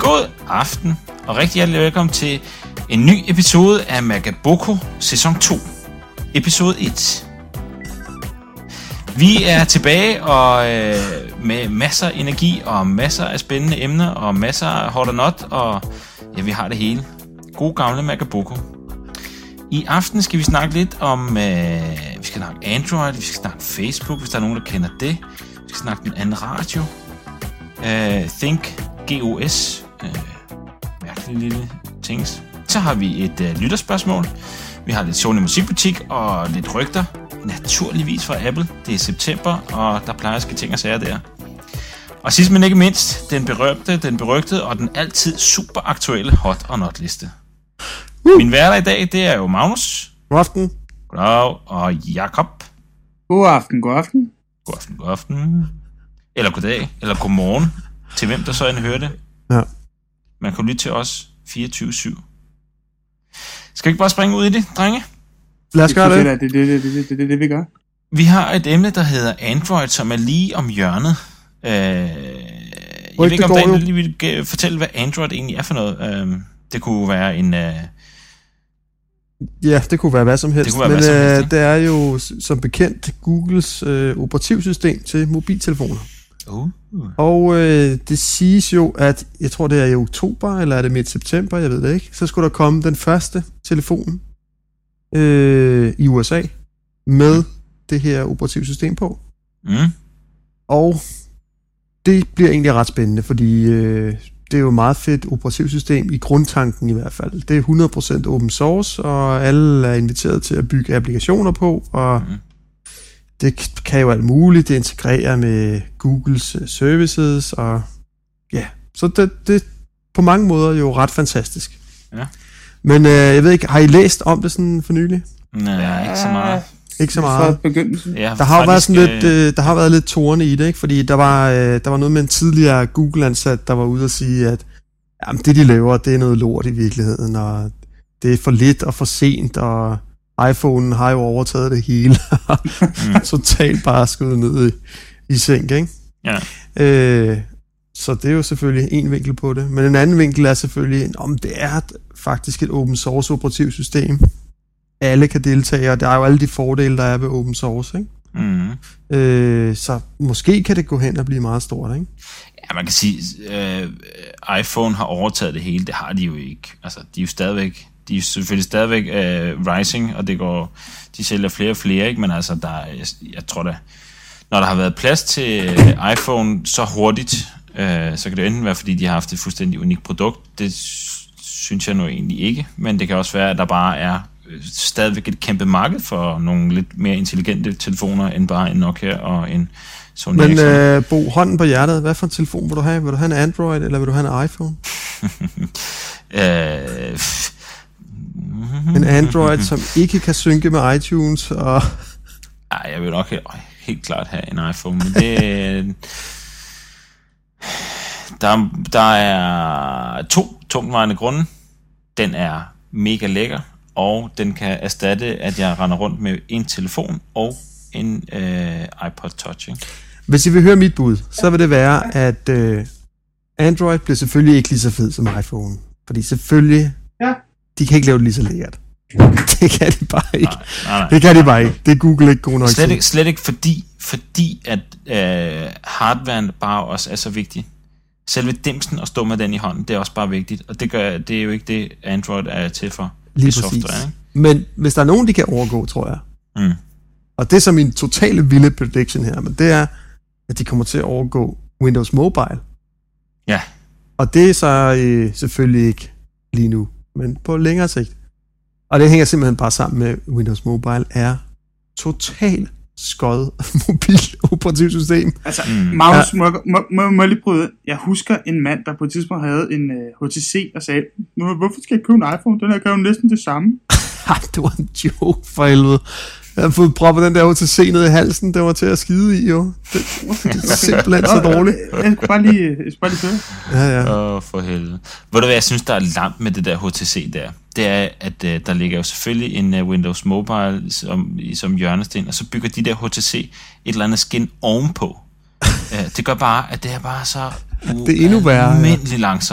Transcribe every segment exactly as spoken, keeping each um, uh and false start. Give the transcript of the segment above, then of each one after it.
God aften, og rigtig hjertelig velkommen til en ny episode af Magaboko sæson to, episode et. Vi er tilbage og øh, med masser af energi og masser af spændende emner og masser af hot og not, og ja, vi har det hele. God gamle Magaboko. I aften skal vi snakke lidt om, øh, vi skal snakke Android, vi skal snakke Facebook, hvis der er nogen, der kender det. Vi skal snakke den anden radio. Uh, Think G O S. Uh, mærkelig lille ting. Så har vi et uh, lytterspørgsmål. Vi har lidt Sony musikbutik og lidt rygter. Naturligvis fra Apple. Det er september, og der plejer at ske ting og sager der. Og sidst men ikke mindst, den berømte, den berygtede og den altid super aktuelle hot og not liste. Uh. Min værter i dag, det er jo Magnus. God aften. Goddag. Og Jakob. God aften, god aften. God aften, god aften. Eller goddag, eller godmorgen, til hvem der så end hører det. Ja. Man kan lytte til os fireogtyve syv. Skal vi ikke bare springe ud i det, drenge? Lad os gøre det. Det er det, det, det, det, det, det, det, vi gør. Vi har et emne, der hedder Android, som er lige om hjørnet. Øh, jeg ved ikke, om der lige vil fortælle, hvad Android egentlig er for noget. Øh, det kunne være en... Øh, Ja, det kunne være hvad som helst, det men som helst, øh, det er jo som bekendt Googles øh, operativsystem til mobiltelefoner. Uh. Og øh, det siges jo, at jeg tror det er i oktober, eller er det midt september, jeg ved det ikke, så skulle der komme den første telefon øh, i U S A med det her operativsystem på. Mm. Og det bliver egentlig ret spændende, fordi øh, det er jo et meget fedt operativsystem i grundtanken i hvert fald. Det er hundrede procent open source, og alle er inviteret til at bygge applikationer på, og mm. det kan jo alt muligt. Det integrerer med Googles services, og ja, så det, det er på mange måder jo ret fantastisk. Ja. Men øh, jeg ved ikke, har I læst om det sådan for nylig? Nej, ikke så meget. Ikke så meget. Ja, der har jo været sådan lidt, øh, der har været lidt tårne i det, ikke? Fordi der var, øh, der var noget med en tidligere Google-ansat, der var ude at sige, at jamen, det de laver, det er noget lort i virkeligheden, og det er for lidt og for sent, og iPhone har jo overtaget det hele, mm. totalt bare skudt ned i, i sænk, ikke? Ja. Øh, så det er jo selvfølgelig en vinkel på det, men en anden vinkel er selvfølgelig, om det er faktisk et open source operativsystem. Alle kan deltage, og der er jo alle de fordele, der er ved open source, ikke? Mm. Øh, så måske kan det gå hen og blive meget stort, ikke? Ja, man kan sige, øh, iPhone har overtaget det hele. Det har de jo ikke. Altså, de er jo stadigvæk, de er selvfølgelig stadigvæk øh, rising, og det går, de sælger flere og flere, ikke? Men altså, der, jeg, jeg tror da, når der har været plads til øh, iPhone så hurtigt, øh, så kan det enten være, fordi de har haft et fuldstændig unikt produkt. Det synes jeg nu egentlig ikke, men det kan også være, at der bare er stadigvæk et kæmpe marked for nogle lidt mere intelligente telefoner, end bare en Nokia og en Sony Men øh, Bo, hånden på hjertet, hvad for en telefon vil du have? Vil du have en Android, eller vil du have en iPhone? øh, en Android, som ikke kan synke med iTunes, og... Ej, jeg vil nok helt, helt klart have en iPhone, men det... der, der er to tungtvejende grunde. Den er mega lækker, og den kan erstatte, at jeg render rundt med en telefon og en øh, iPod Touch. Ikke? Hvis I vil høre mit bud, så vil det være, at øh, Android bliver selvfølgelig ikke lige så fed som iPhone. Fordi selvfølgelig, ja. de kan ikke lave det lige så lækkert. Det kan de bare ikke. Nej, nej, nej. Det kan de bare ikke. Det er Google ikke god nok slet til. Ikke, slet ikke fordi, fordi at øh, hardwaren bare også er så vigtig. Selve dimsen at stå med den i hånden, det er også bare vigtigt. Og det, gør, det er jo ikke det, Android er til for. Lige det præcis. Software, ikke? Men hvis der er nogen, de kan overgå, tror jeg. Mm. Og det er så min totale vilde prediction her, men det er, at de kommer til at overgå Windows Mobile. Ja. Og det er så øh, selvfølgelig ikke lige nu, men på længere sigt. Og det hænger simpelthen bare sammen med, Windows Mobile er totalt skød mobil operativsystem. Altså, mm. Magnus, ja. må, må, må, må jeg lige prøve. Jeg husker en mand, der på et tidspunkt havde en uh, H T C og sagde, hvorfor skal jeg købe en iPhone? Den her kan jo næsten det samme. Det var en joke for helvede. Jeg har fået proppet den der H T C ned i halsen, det var til at skide i, jo. Det, det er simpelthen så dårligt. Jeg skulle bare lige, jeg skulle bare lige føre. Ja, ja. Åh, oh, for helvede. Ved du hvad, jeg synes, der er langt med det der H T C der? Det er, at uh, der ligger jo selvfølgelig en uh, Windows Mobile som, som hjørnesten, og så bygger de der H T C et eller andet skin ovenpå. uh, det gør bare, at det er bare så det er endnu værre, ualmindeligt langsomt.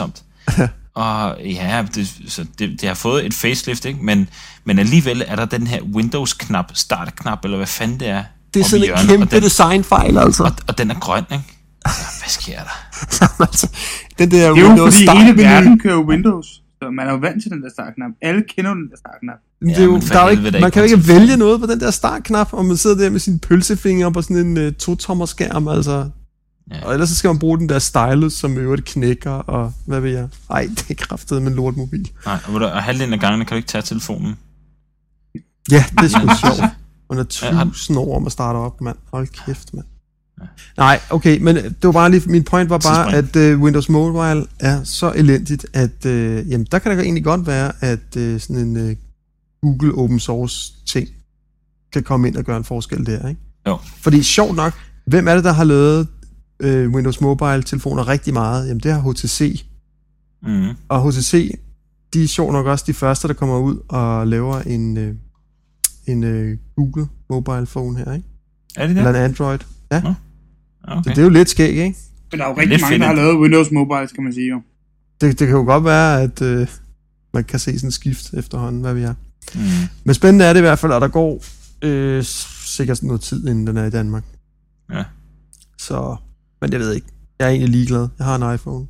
Og ja, det, så det, det har fået et facelift, ikke? Men, men alligevel er der den her Windows-knap, start-knap, eller hvad fanden det er. Det er sådan en kæmpe designfejl, altså. Og, og den er grøn, ikke? Altså, hvad sker der? altså, den der det er jo Windows fordi start hele verden kører Windows. Så man er jo vant til den der startknap. Alle kender den der startknap. Ja, det er jo, der er ikke, man kan jo ikke vælge noget på den der startknap, og man sidder der med sine pølsefinger på sådan en uh, to-tommer skærm, altså. Ja. Og ellers så skal man bruge den der stylus, som øvrigt knækker, og hvad ved jeg. Ej, det er kraftet med en lortmobil. Nej, og, og halvdelen af gangene kan du ikke tage telefonen. Ja, det er sgu sjovt. Man er tusind år om at starte op, mand. Hold kæft, mand. Ja. Nej, okay, men det var bare lige, min point var bare, at uh, Windows Mobile er så elendigt, at uh, jamen, der kan det egentlig godt være, at uh, sådan en uh, Google open source ting kan komme ind og gøre en forskel der, ikke? Jo. Fordi sjovt nok, hvem er det, der har lavet uh, Windows Mobile telefoner rigtig meget? Jamen, det har H T C. Mm. Og H T C, de er sjovt nok også de første, der kommer ud og laver en, uh, en uh, Google Mobile phone her, ikke? Er det det? Eller en Android. Ja. Nå. Okay. Så det er jo lidt skæg, ikke? Men der er jo rigtig mange, der har lavet Windows Mobile, skal man sige jo. Det, det kan jo godt være, at øh, man kan se sådan en skift efterhånden, hvad vi er. Mm. Men spændende er det i hvert fald, og der går øh, sikkert noget tid, inden den er i Danmark. Ja. Så, men jeg ved ikke. Jeg er egentlig ligeglad. Jeg har en iPhone.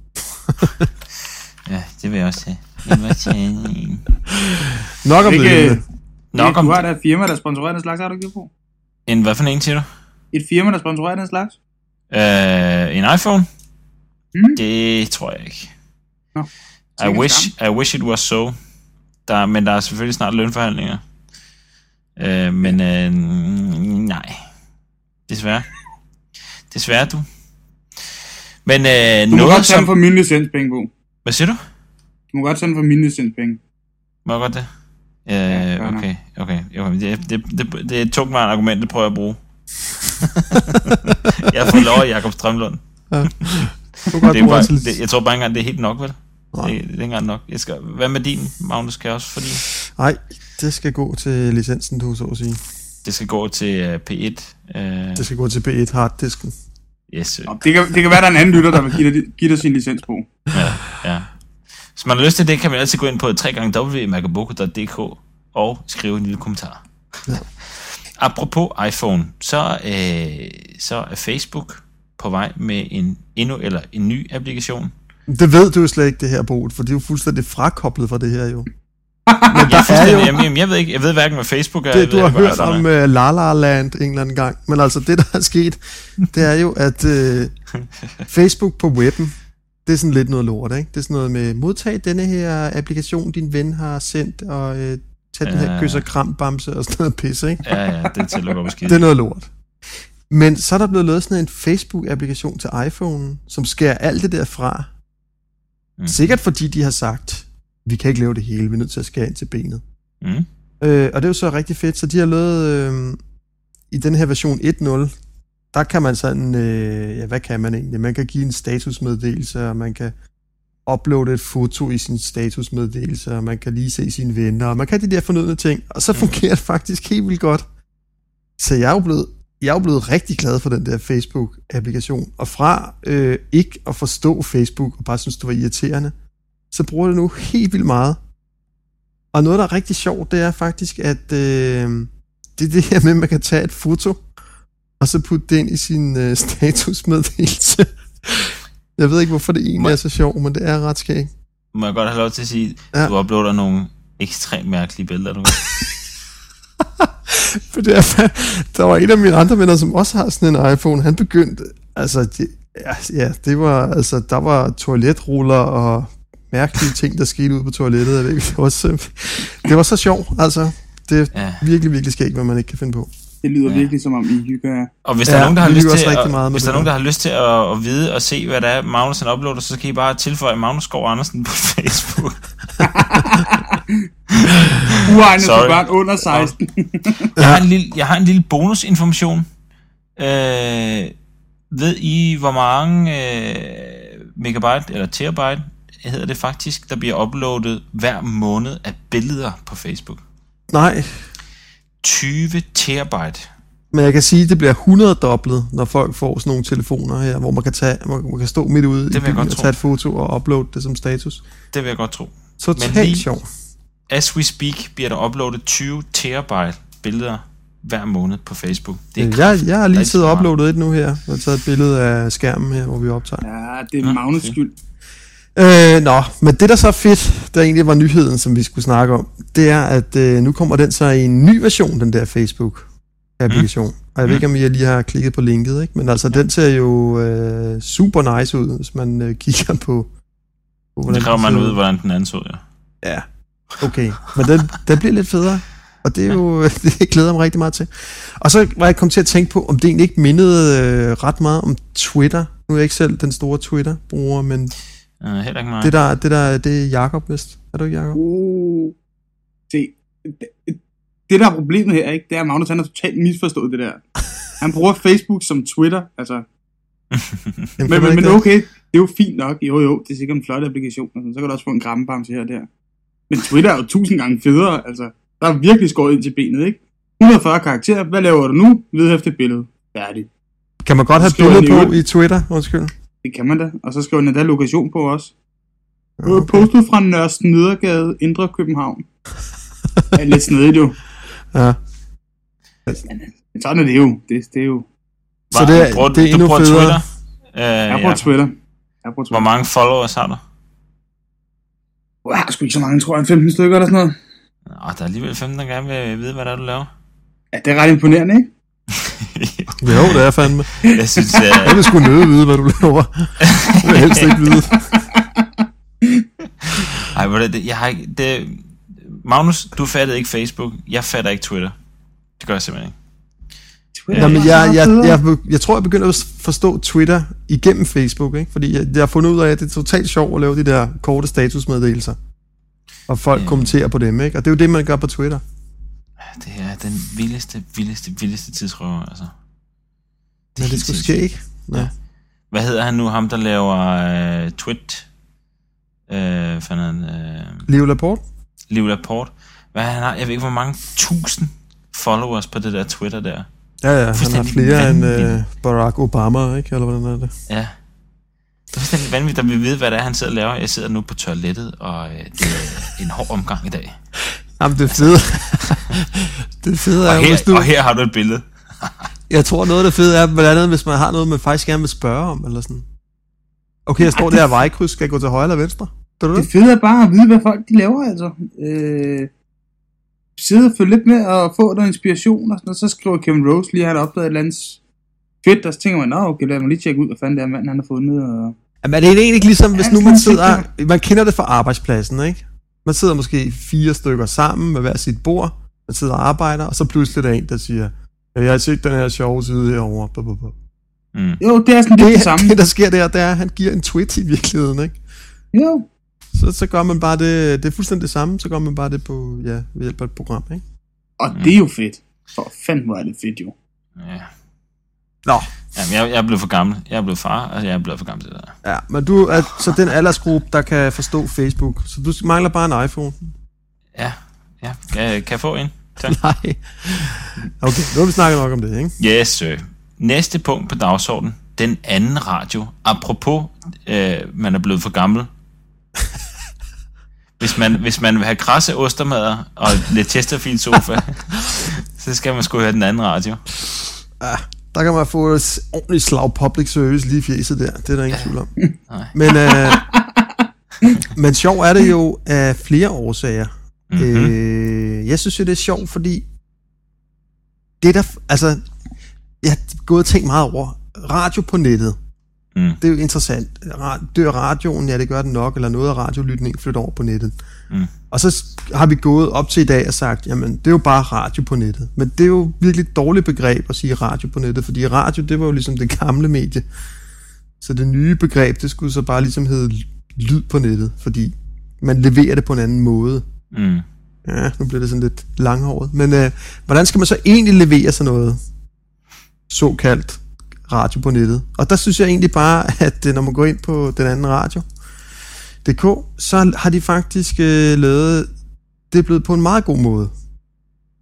Ja, det vil jeg også tage. Jeg vil også tage en. Nok om det. Nok om du har da et firma, der sponsorerer den slags, har du ikke det på? En hvad for en, siger du? Et firma, der sponsorerer den slags? Uh, en iPhone? Mm. Det tror jeg ikke. No. I wish, I wish it was so. Der, men der er selvfølgelig snart lønforhandlinger. Uh, men uh, nej. Desværre. Desværre, du. Men uh, du må noget godt tage som... for mine licenspenge, Bo. Hvad siger du? Du må godt tage for mine licenspenge. Må jeg godt det? Uh, ja, okay, okay. okay. Det, det, det, det er et tungtvejende argument, det prøver jeg at bruge. Jeg har fået lov af Jakob Strømlund. Ja. Det er bare, det, jeg tror bare ikke engang, det er helt nok, vel? Det, det er ikke engang nok. Jeg skal, hvad med din, Magnus, kan jeg også fordi? Nej, det skal gå til licensen, du så at sige. Det skal gå til uh, P et. Uh... Det skal gå til P et harddisken. Yes. Det kan, det kan være, der er en anden lytter, der vil give dig, give dig sin licens på. Ja, ja. Hvis man har lyst til det, kan man altid gå ind på w w w punktum macaboko punktum d k og skrive en lille kommentar. Ja. Apropos iPhone, så, øh, så er Facebook på vej med en endnu eller en ny applikation. Det ved du jo slet ikke, det her, Bo, for det er jo fuldstændig frakoblet fra det her, jo. Men der er jo... Jamen, jeg ved ikke, jeg ved hverken, hvad Facebook er. Det, du har hørt om uh, La La Land en eller anden gang, men altså det, der er sket, det er jo, at uh, Facebook på webben, det er sådan lidt noget lort, ikke? Det er sådan noget med, modtag denne her applikation, din ven har sendt, og uh, tag ja, den her kys og kram bamse og sådan noget pisse, ikke? Ja, ja, det er til at gå på skidt. Det er noget lort. Men så er der blevet lavet sådan en Facebook-applikation til iPhone, som skærer alt det der fra. Mm. Sikkert fordi de har sagt, vi kan ikke lave det hele, vi er nødt til at skære ind til benet. Mm. Øh, og det er jo så rigtig fedt, så de har lavet, øh, i den her version et punkt nul, der kan man sådan, øh, ja, hvad kan man egentlig? Man kan give en statusmeddelelse, og man kan uploade et foto i sin statusmeddelelse, og man kan lige se sine venner, og man kan de der fornødne ting, og så fungerer det faktisk helt vildt godt. Så jeg er jo blevet, jeg er jo blevet rigtig glad for den der Facebook-applikation, og fra øh, ikke at forstå Facebook, og bare synes, det var irriterende, så bruger det nu helt vildt meget. Og noget, der er rigtig sjovt, det er faktisk, at øh, det er det her med, at man kan tage et foto, og så putte det ind i sin øh, statusmeddelelse. Jeg ved ikke, hvorfor det egentlig er så sjovt, men det er ret skægt. Må jeg godt have lov til at sige, at ja. Du uploader nogle ekstremt mærkelige billeder, du For det er, der var en af mine andre venner, som også har sådan en iPhone. Han begyndte, altså, de, ja, ja, det var, altså, der var toiletruller og mærkelige ting, der skete ude på toilettet. Jeg ved ikke, det, var så, det var så sjovt, altså. Det er ja. virkelig, virkelig skægt, hvad man ikke kan finde på. Det lyder ja. virkelig som om I hygger jer. Og hvis der ja, er nogen, der har lyst til, at, hvis der er nogen, der har lyst til at, at vide og se, hvad der er, Magnus han uploader, så kan I bare tilføje Magnus Skov Andersen på Facebook. Uegnet for børn under seksten. jeg, har en lille, jeg har en lille bonusinformation. Øh, ved I, hvor mange øh, megabyte, eller terabyte, hedder det faktisk, der bliver uploadet hver måned af billeder på Facebook? Nej. tyve terabyte. Men jeg kan sige, at det bliver hundrede-doblet, når folk får sådan nogle telefoner her, hvor man kan, tage, man kan stå midt ude i byen og tage et foto og uploade det som status. Det vil jeg godt tro. Totalt sjovt. As we speak, bliver der uploadet tyve terabyte billeder hver måned på Facebook. Det er jeg, jeg har lige siddet og uploadet et nu her, og taget et billede af skærmen her, hvor vi optager. Ja, det er Magnus skyld. Øh, nå, men det der så er fedt, der egentlig var nyheden, som vi skulle snakke om, det er, at øh, nu kommer den så i en ny version, den der Facebook-applikation. Mm. Og jeg ved ikke, om I lige har klikket på linket, ikke? Men altså, den ser jo øh, super nice ud, hvis man øh, kigger på... på hvordan det kræver man ud, hvordan den anden så, ja. Ja, okay. Men den, den bliver lidt federe. Og det er jo, det glæder mig rigtig meget til. Og så var jeg kommet til at tænke på, om det egentlig ikke mindede øh, ret meget om Twitter. Nu er jeg ikke selv den store Twitter-bruger, men uh, heller ikke meget. Det der, det der, det er Jacob vist. Er du ikke Jacob? Uh, se, det, det der er problemet her, ikke, det er, at Magnus han har totalt misforstået det der. Han bruger Facebook som Twitter, altså. men, men, men okay, det er jo fint nok. Jo jo, det er sikkert en flot applikation. Altså, så kan du også få en grammebamse her og der. Men Twitter er jo tusind gange federe, altså. Der er virkelig skåret ind til benet, ikke? et hundrede og fyrre karakterer. Hvad laver du nu? Vedhæfte et billede. Færdigt. Kan man godt have billede på i Twitter? Undskyld. Det kan man da. Og så skriver den endda lokation på også. Okay. Postet fra Nørres Nedergade, Indre København. Det er lidt snedigt jo. Ja. Men sådan er det jo. Det, det er jo. Så det er, bruger, det er endnu federe. Twitter? Uh, jeg bruger ja. Twitter. Jeg bruger Twitter. Hvor mange followers har du? Jeg har sgu ikke så mange, tror jeg. femten stykker eller sådan noget. Åh, der er alligevel femten, der gerne vil vide, hvad der er, du laver. Ja, det er ret imponerende, ikke? Jo, det er fandme. Jeg synes, jeg... jeg vil sgu nøde vide, hvad du laver. Jeg vil helst ikke vide. Ej, hvor det, jeg har ikke... Det, Magnus, du fattede ikke Facebook. Jeg fatter ikke Twitter. Det gør jeg simpelthen ikke. Nå, men jeg, jeg, jeg, jeg, jeg tror, jeg begynder at forstå Twitter igennem Facebook, ikke? Fordi jeg, jeg har fundet ud af, at det er totalt sjovt at lave de der korte statusmeddelelser. Og folk ja. kommenterer på dem, ikke? Og det er jo det, man gør på Twitter. Det er den vildeste, vildeste, vildeste tidsrøver, altså. Det, ja, det skulle ske, ikke? Ja. Hvad hedder han nu, ham der laver uh, Twit? Uh, han, uh, Leo Laporte? Leo Laporte. Hvad han har, jeg ved ikke, hvor mange tusind followers på det der Twitter der. Ja, ja, han har flere end uh, Barack Obama, ikke? Eller hvordan er det? Ja. Det er fuldstændig vanvittigt, at vi ved, hvad det er, han sidder og laver. Jeg sidder nu på toilettet, og øh, det er en hård omgang i dag. Jamen, det er fedt. Det fede er og, her, du... og her har du et billede. Jeg tror, noget af det fede er, blandt andet, hvis man har noget, man faktisk gerne vil spørge om, eller sådan. Okay, jeg står der af vejkryds. Skal jeg gå til højre eller venstre? Det, det fede er bare at vide, hvad folk de laver, altså. Øh... Sidde og følge lidt med og få noget inspiration, og, sådan, og så skriver Kevin Rose lige, at han har opdaget et eller andet fedt, og så tænker man, nå okay, lad mig lige tjekke ud, hvad fanden det er, mand han har fundet. Og... Jamen, det er egentlig ikke ligesom, hvis nu man sidder, man kender det fra arbejdspladsen, ikke? Man sidder måske fire stykker sammen med hver sit bord, man sidder og arbejder, og så pludselig er der en, der siger, jeg har set den her sjove side herovre. Mm. Jo, det er sådan lidt det, det samme. Det, der sker der, det er, at han giver en tweet i virkeligheden, ikke? Jo. Så, så gør man bare det, det er fuldstændig det samme, så gør man bare det på, ja, ved hjælp af et program, ikke? Og mm. det er jo fedt. For fanden var det fedt, jo. Ja. Nå. Jamen, jeg, jeg er blevet for gammel. Jeg er blevet far, og jeg er blevet for gammel til det der. Ja, men du er så den aldersgruppe, der kan forstå Facebook, så du mangler bare en iPhone. Ja, ja. Kan, kan jeg få en? Tak. Nej. Okay, nu har vi snakket nok om det, ikke? Yes, sir. Næste punkt på dagsordenen, den anden radio. Apropos, øh, man er blevet for gammel. Hvis man, hvis man vil have krasse ostermadder og lidt Chesterfield-sofa, så skal man sgu høre den anden radio. Ja, der kan man få et ordentligt slag public service lige i fjeset der. Det er der ingen tvivl om. Men, øh, men sjov er det jo af flere årsager. Mm-hmm. Øh, jeg synes jo, det er sjovt, fordi det der, altså, jeg har gået og tænkt meget over radio på nettet. Mm. Det er jo interessant. Dør radioen? Ja, det gør den nok, eller noget af radiolytningen flytter over på nettet. Mm. Og så har vi gået op til i dag og sagt, jamen, det er jo bare radio på nettet. Men det er jo virkelig et dårligt begreb at sige radio på nettet, fordi radio, det var jo ligesom det gamle medie. Så det nye begreb, det skulle så bare ligesom hedde lyd på nettet, fordi man leverer det på en anden måde. Mm. Ja, nu bliver det sådan lidt langhåret. Men øh, hvordan skal man så egentlig levere sådan noget såkaldt radio på nettet? Og der synes jeg egentlig bare, at når man går ind på den anden radio punktum d k, så har de faktisk øh, lavet, det er blevet på en meget god måde.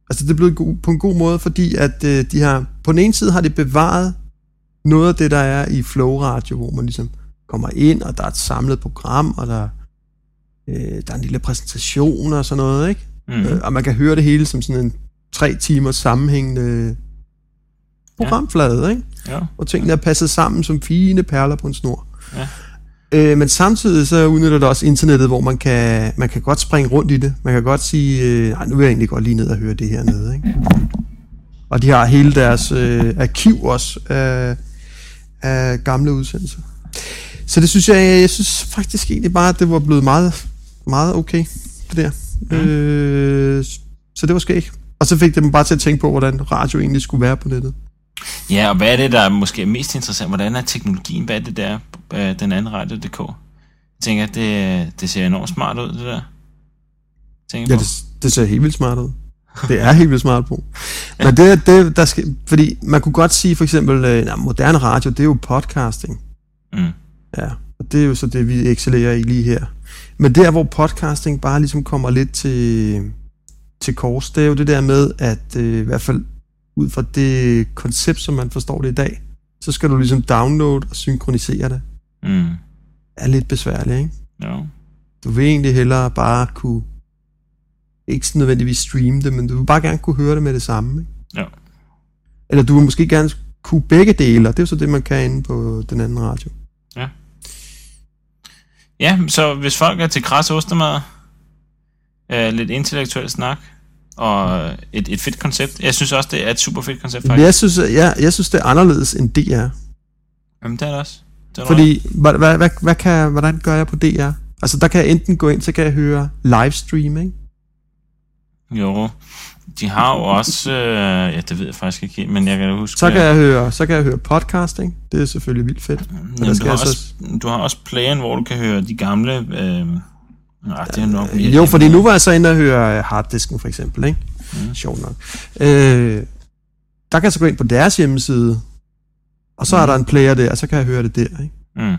Altså det er blevet go- på en god måde, fordi at øh, de har, på den ene side har de bevaret noget af det, der er i Flow Radio, hvor man ligesom kommer ind, og der er et samlet program, og der, øh, der er en lille præsentation og sådan noget, ikke? Mm. Øh, og man kan høre det hele som sådan en tre timers sammenhængende programflade, ja. Ikke? Ja. Og tingene er passet sammen som fine perler på en snor. Ja. Øh, men samtidig så udnytter det også internettet, hvor man kan, man kan godt springe rundt i det. Man kan godt sige, øh, nej, nu vil jeg egentlig godt lige ned og høre det her nede, ikke? Og de har hele deres øh, arkiv også af, af gamle udsendelser. Så det synes jeg, jeg synes faktisk egentlig bare, at det var blevet meget, meget okay, det der. Mm. Øh, så det var skægt. Og så fik det dem bare til at tænke på, hvordan radio egentlig skulle være på nettet. Ja, og hvad er det, der er måske mest interessant? Hvordan er teknologien? Hvad er det der, øh, den anden radio punktum d k? Jeg tænker, det, det ser enormt smart ud, det der. Tænker ja, det, det ser helt vildt smart ud. Det er helt vildt smart på. Men det, det der skal, fordi man kunne godt sige for eksempel, øh, moderne radio, det er jo podcasting. Mm. Ja, og det er jo så det, vi excellerer i lige her. Men der, hvor podcasting bare ligesom kommer lidt til, til kors, det er jo det der med, at øh, i hvert fald ud fra det koncept, som man forstår det i dag, så skal du ligesom downloade og synkronisere det. Mm. Det er lidt besværligt, ikke? Ja. Du vil egentlig hellere bare kunne, ikke nødvendigvis streame det, men du vil bare gerne kunne høre det med det samme, ikke? Ja. Eller du vil måske gerne kunne begge dele, og det er jo så det, man kan inde på den anden radio. Ja. Ja, så hvis folk er til kras ostemad, øh, lidt intellektuel snak, og et, et fedt koncept. Jeg synes også, det er et super fedt koncept, faktisk. Jeg synes, jeg, jeg synes det er anderledes end D R. Jamen, det er det også. Det er Fordi, hvad, hvad, hvad, hvad kan, hvordan gør jeg på D R? Altså, der kan jeg enten gå ind, så kan jeg høre livestream, ikke? Jo, de har jo også, øh, ja, det ved jeg faktisk ikke, men jeg kan huske... Så kan jeg høre, så kan jeg høre podcasting. Det er selvfølgelig vildt fedt. Jamen, du, har også, så... du har også playeren, hvor du kan høre de gamle... Øh, nej, det er nok øh, jo, fordi nu var jeg så inde og høre harddisken, for eksempel, ikke? Mm. Sjovt nok. Øh, der kan jeg så gå ind på deres hjemmeside, og så mm. er der en player der, og så kan jeg høre det der, ikke? Mm.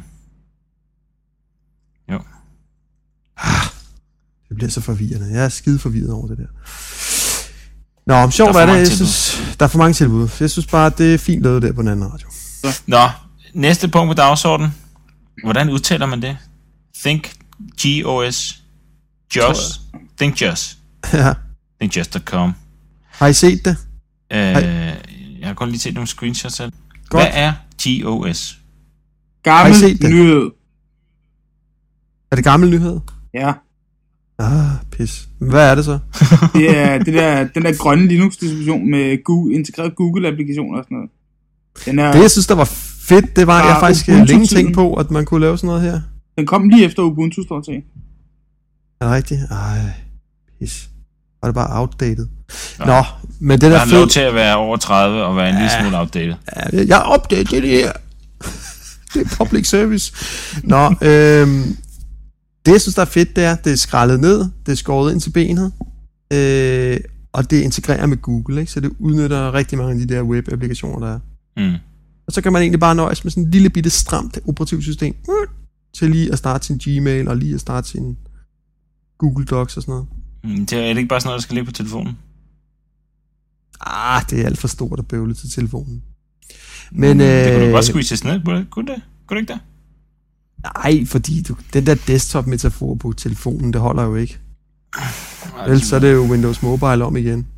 Jo. Ah, det bliver så forvirrende. Jeg er skide forvirret over det der. Nå, sjovt er, er det. Jeg synes, der er for mange tilbud. Jeg synes bare, det er fint lavet der på den anden radio. Nå, næste punkt på dagsordenen. Hvordan udtaler man det? Think G O S Just Think Just Ja. think just punktum com. Har I set det? Øh, jeg har godt lige set nogle screenshots af. Hvad er G O S? Gammel nyhed. Er det gammel nyhed? Ja. Ah, pis. Hvad er det så? Det er det der, den der grønne Linux-distribution med Google, integreret Google-applikationer og sådan noget. Den er, det, jeg synes, der var fedt, det var, jeg faktisk længe tænkt på, at man kunne lave sådan noget her. Den kom lige efter Ubuntu, står til. Er det rigtigt? Ej, pis. Var det bare outdated? Ja. Nå, men det der jeg har lov til at være over tredive og være en ja, lille smule outdated. Ja, jeg er opdateret det her. Det er public service. Nå, øhm, det jeg synes, der er fedt, det er, det er skrællet ned, det er skåret ind til benet, øh, og det integrerer med Google, ikke? Så det udnytter rigtig mange af de der web-applikationer, der er. Mm. Og så kan man egentlig bare nøjes med sådan en lille bitte stramt operativsystem, til lige at starte sin Gmail, og lige at starte sin Google Docs og sådan noget. Mm, det er det ikke bare sådan noget, der skal ligge på telefonen? Ah, det er alt for stort og bøvlet til telefonen. Men, mm, det kunne øh, du godt squeezes ned, kunne det? Kunne du ikke det? Nej, fordi du, den der desktop-metafor på telefonen, det holder jo ikke. Ellers så er det jo Windows Mobile om igen.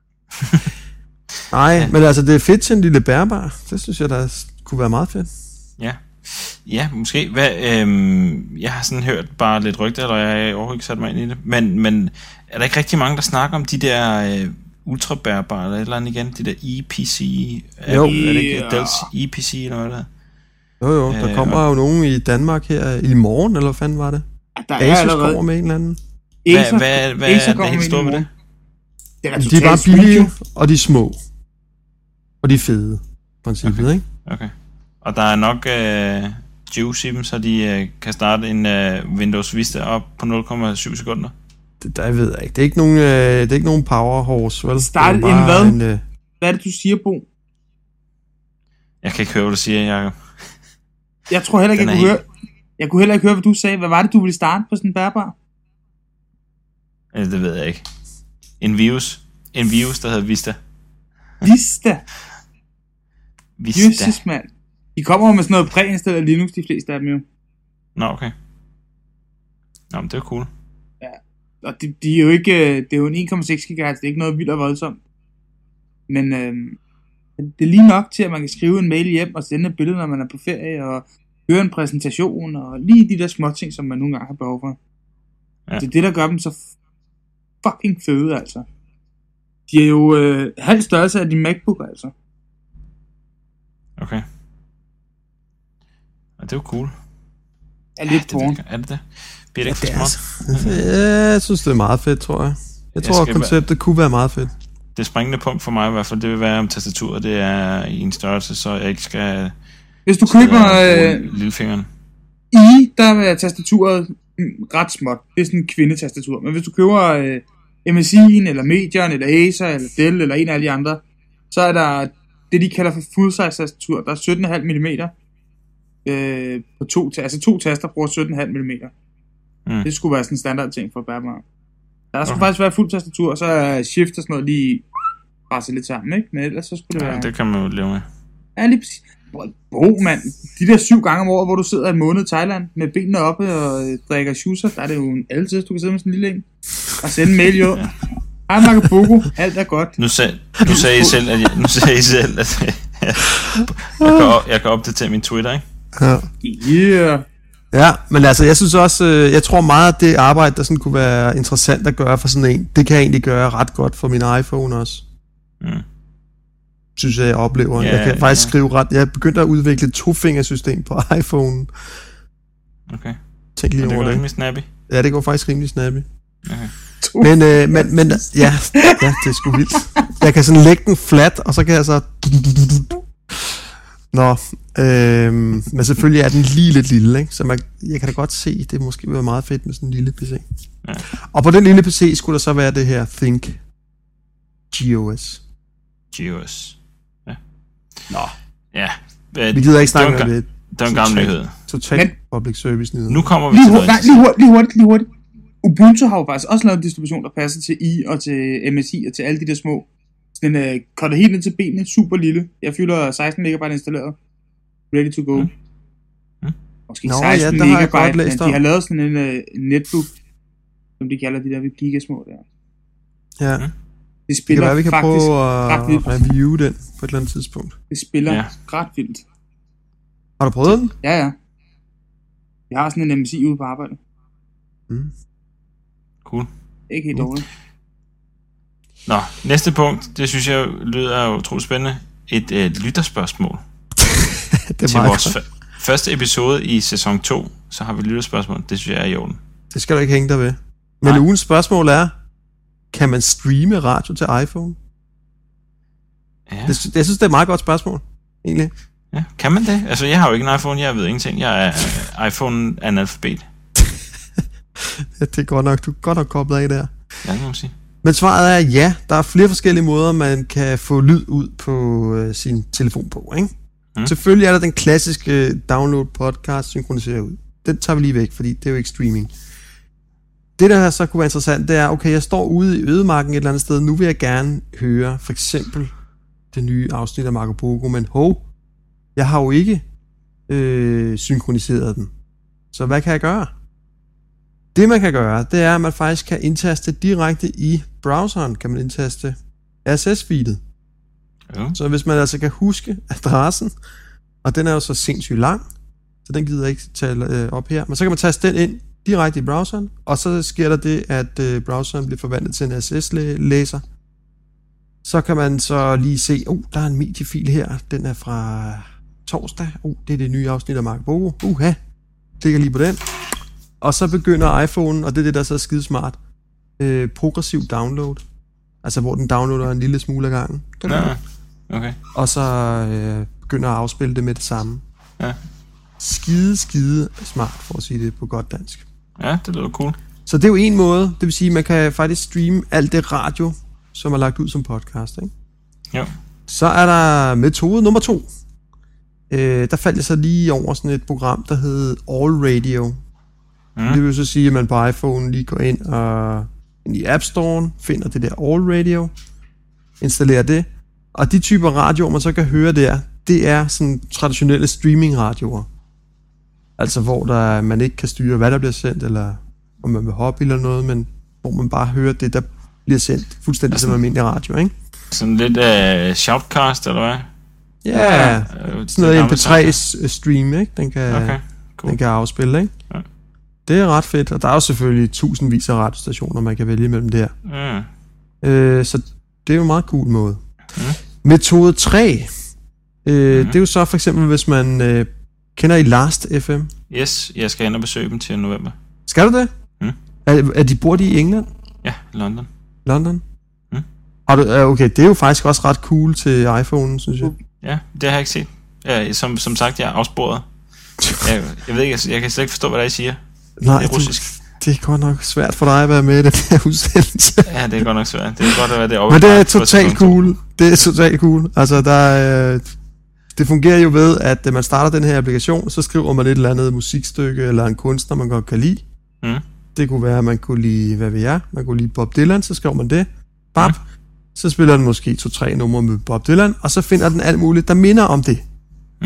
Nej, ja. Men altså det er fedt til en lille bærbar. Det synes jeg, der kunne være meget fedt. Ja, ja måske. Hvad, øhm, jeg har sådan hørt bare lidt rygter, eller jeg har overhovedet ikke sat mig ind i det. Men, men er der ikke rigtig mange, der snakker om de der øh, ultrabærbare, eller et eller andet igen? De der E P C? Er, jo. Er det ikke Dells E P C eller noget der? Jo jo, der kommer øh, jo nogen i Danmark her i morgen, eller hvad fanden var det? Der er Asus kommer med en eller anden. Hvad, hvad, hvad, hvad er det helt store med det? Det er, de er bare billige, og de er små. Og de er fede, princippet, okay. ikke? Okay. Og der er nok øh, juice i dem, så de øh, kan starte en øh, Windows Vista op på nul komma syv sekunder. Det der ved jeg ikke. Det er ikke nogen, øh, det er ikke nogen power horse, vel? Start en hvad? En, øh... Hvad er det, du siger, Bo? Jeg kan ikke høre, hvad du siger, Jacob. Jeg tror heller ikke, jeg kunne, helt... høre... jeg kunne heller ikke høre, hvad du sagde. Hvad var det, du ville starte på sådan en bærbar? Det ved jeg ikke. En virus. en virus, der hedder Vista. Vista? Vista. Jesus, mand. De kommer jo med sådan noget præinstalleret Linux, de fleste af dem jo. Nå, okay. Nå, men det er cool. Ja, og de, de er jo ikke, det er jo en en komma seks gigahertz, det er ikke noget vildt og voldsomt. Men øh, det er lige nok til, at man kan skrive en mail hjem og sende et billede, når man er på ferie, og høre en præsentation, og lige de der små ting, som man nogle gange har behov for. Ja. Det er det, der gør dem så fucking fede, altså. De er jo øh, halv størrelse af din MacBook, altså. Okay. Og det er jo cool. Er lidt ja, det, er det det? Bliver det ikke ja, for småt? Ja, jeg synes, det er meget fedt, tror jeg. Jeg, jeg tror, at konceptet være... kunne være meget fedt. Det springende punkt for mig i hvert fald, det vil være, om tastaturet det er i en størrelse, så jeg ikke skal... Hvis du køber... Øh, lillefingeren. I, der er tastaturet ret småt. Det er sådan en kvindetastatur. Men hvis du køber øh, M S I'en, eller Medion, eller Acer, eller Dell, eller en af alle de andre, så er der det, de kalder for full-size tastatur. Der er sytten komma fem millimeter. Øh, på to, altså to taster bruger sytten komma fem millimeter. Mm. Det skulle være sådan en standard ting for at bære mig. Der skulle okay. faktisk være fuld tastatur, og så er shift og sådan noget lige presset lidt sammen, ikke? Men ellers så skulle det ja, være... det kan man jo leve med. Ja, lige præcis. Bro, mand. De der syv gange om året, hvor du sidder en måned i Thailand med benene oppe og drikker shuser, der er det jo en altid, du kan sidde med sådan en lille en og sende en mail, jo. Hej, Marco Boko. Alt er godt. Nu, sag, nu sagde I selv, at jeg, nu sagde I selv, at jeg, jeg, kan, op, jeg kan opdatere min Twitter, ikke? Ja. Yeah. Ja, men altså, jeg synes også, jeg tror meget, at det arbejde, der sådan kunne være interessant at gøre for sådan en, det kan jeg egentlig gøre ret godt for min iPhone også. Mm. Synes jeg, jeg oplever. Yeah, jeg kan faktisk yeah. skrive ret. Jeg er begyndt at udvikle et tofingersystem på iPhone. Okay. Tænk lige over det. Det går rimelig snappy. Ja, det går faktisk rimelig snappy. Okay. Men, øh, men, men, ja, ja, det er sgu vildt. Jeg kan sådan lægge den flat, og så kan jeg så... Nå, øh, men selvfølgelig er den lige lidt lille, ikke? Så man, jeg kan da godt se, det måske vil være meget fedt med sådan en lille P C. Ja. Og på den lille P C skulle der så være det her Think G O S. G O S. Ja. Nå. Ja. Vi gider ikke snakke om det. Det er en gammel nyhed. Total public service nyhed. Nu kommer vi lige til noget. Nej, lige hurtigt, lige hurtigt, lige hurtigt. Ubuntu har jo faktisk også lavet en distribution, der passer til I og til M S I og til alle de der små. Den er uh, kortet helt ned til benene, super lille. Jeg fylder seksten megabyte installeret. Ready to go. Mm. Mm. Måske Nå, seksten ja, megabyte, men de har lavet sådan en uh, netbook, som de kalder de der gigasmå der. Ja. Mm. Det spiller det være, vi kan faktisk prøve ret vildt. at review den på et eller andet tidspunkt. Det spiller ja. ret vildt. Har du prøvet den? Ja, ja. Jeg har sådan en M S I ude på arbejde. Mm. Cool. Ikke helt dårligt. Nå, næste punkt, det synes jeg lyder jo utroligt spændende. Et øh, lytterspørgsmål. Det er til vores f- første episode i sæson to, så har vi lytterspørgsmål. Det synes jeg er i orden. Det skal du ikke hænge dig ved. Men Nej. ugens spørgsmål er, kan man streame radio til iPhone? Ja. Det, jeg synes, det er et meget godt spørgsmål, egentlig. Ja, kan man det? Altså, jeg har jo ikke en iPhone, jeg ved ingenting. Jeg er uh, iPhone-analfabet. Ja, det er godt nok, du er godt nok koblet af der. Ja, det må man sige. Men svaret er ja, der er flere forskellige måder, man kan få lyd ud på øh, sin telefon på, ikke? Mm. Selvfølgelig er der den klassiske download podcast synkronisere ud. Den tager vi lige væk, fordi det er jo ikke streaming. Det der så kunne være interessant, det er, okay, jeg står ude i ødemarken et eller andet sted, nu vil jeg gerne høre for eksempel det nye afsnit af Marco Pogo, men hov, jeg har jo ikke øh, synkroniseret den. Så hvad kan jeg gøre? Det man kan gøre, det er, at man faktisk kan indtaste direkte i browseren, kan man indtaste R S S-feedet. Ja. Så hvis man altså kan huske adressen, og den er jo så sindssygt lang, så den gider jeg ikke tale øh, op her, men så kan man taste den ind direkte i browseren, og så sker der det, at øh, browseren bliver forvandlet til en R S S-læser. Så kan man så lige se, oh, der er en mediefil her, den er fra torsdag, oh, det er det nye afsnit af Marco Pogo, uha, klikker lige på den. Og så begynder iPhone, og det er det, der så er skide smart, øh, progressiv download. Altså, hvor den downloader en lille smule af gangen. Ja, okay. Og så øh, begynder at afspille det med det samme. Ja. Skide, skide smart, for at sige det på godt dansk. Ja, det lyder cool. Så det er jo en måde, det vil sige, at man kan faktisk streame alt det radio, som er lagt ud som podcast, ikke? Jo. Så er der metode nummer to. Øh, der faldt jeg så lige over sådan et program, der hed All Radio. Mm. Det vil så sige, at man på iPhone lige går ind og ind i App Store'en, finder det der All Radio, installere det. Og de typer radioer, man så kan høre der, det er sådan traditionelle streaming-radioer. Altså hvor der, man ikke kan styre, hvad der bliver sendt, eller om man vil hoppe eller noget, men hvor man bare hører det, der bliver sendt fuldstændig som almindelig radio, ikke? Sådan lidt af uh, shoutcast, eller hvad? Ja, ja, sådan noget M P tre stream, ikke? Den kan, okay, cool. Den kan afspille, ikke? Ja. Det er ret fedt, og der er jo selvfølgelig tusindvis af radiostationer, man kan vælge mellem der. Ja. Øh, så det er jo en meget cool måde. Ja. Metode tre, øh, ja. Det er jo så for eksempel, hvis man øh, kender I Last F M? Yes, jeg skal ind og besøge dem til november. Skal du det? Ja. Er, er de, bor de i England? Ja, London. London? Ja. Og du, okay, det er jo faktisk også ret cool til iPhone, synes jeg. Ja, det har jeg ikke set. Ja, som, som sagt, jeg er afsporet. Jeg, jeg ved ikke, jeg, jeg kan slet ikke forstå, hvad der I siger. Nej, det er russisk. Det, det er godt nok svært for dig at være med i den her udsendelse. Ja, det er godt nok svært. Det er godt at være det over. Men det er totalt cool. Det er totalt cool. Altså, der er, det fungerer jo ved, at man starter den her applikation, så skriver man et eller andet musikstykke, eller en kunstner, man godt kan lide. Mm. Det kunne være, at man kunne lide, hvad ved jeg, man kunne lide Bob Dylan, så skriver man det. Bap. Mm. Så spiller den måske to-tre numre med Bob Dylan, og så finder den alt muligt, der minder om det. Mm.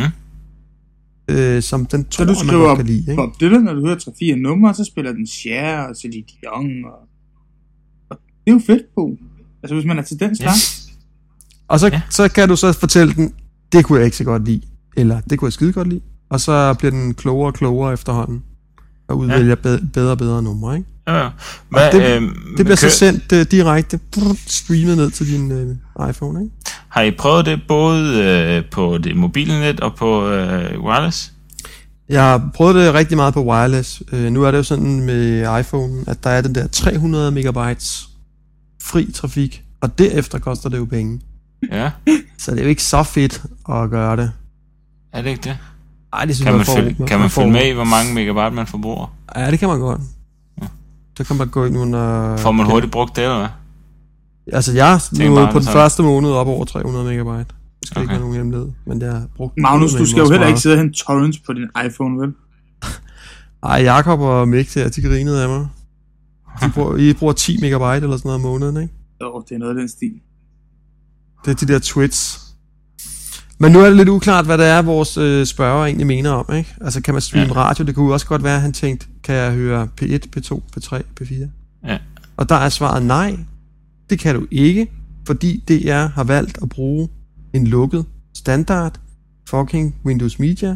Øh, som den tror, så du skriver man kan lide, ikke? Bob Dylan, når du hører tre-fire numre, så spiller den Cher og Celine Dion, og... og det er jo fedt på. Altså hvis man er til den slags. Yes. Og så, ja. så kan du så fortælle den, det kunne jeg ikke så godt lide, eller det kunne jeg skide godt lide, og så bliver den klogere og klogere efterhånden, og udvælger ja. bedre og bedre numre, ikke? Ja, ja. Hvad, det, øh, det bliver så sendt uh, direkte brrr, streamet ned til din uh, iPhone, ikke? Har I prøvet det både øh, på det mobile net og på øh, wireless? Jeg har prøvet det rigtig meget på wireless. Uh, nu er det jo sådan med iPhone, at der er den der tre hundrede megabytes fri trafik, og derefter koster det jo penge. Ja. Så det er jo ikke så fedt at gøre det. Er det ikke det? Ej, det synes kan man, man, får, følge, kan man, man følge med i, hvor mange megabyte man forbruger? Ja, det kan man godt. Så kan man gå ind under... Får man hurtigt brugt det, eller hvad? Altså, jeg nu på den sådan. første måned op over tre hundrede megabyte. Det skal okay. ikke have nogen hemmelighed, men jeg har brugt... Magnus, du skal jo heller ikke sidde og hente torrents på din iPhone, vel? Ej, Jakob og Mick der, de grinede af mig. De bruger, I bruger ti megabyte eller sådan noget om måneden, ikke? Jo, det er noget af den stil. Det er de der tweets. Men nu er det lidt uklart, hvad det er, vores øh, spørger egentlig mener om, ikke? Altså, kan man streame ja. radio? Det kunne også godt være, at han tænkte, kan jeg høre P et, P to, P tre, P fire? Ja. Og der er svaret nej. Det kan du ikke, fordi D R har valgt at bruge en lukket standard fucking Windows Media.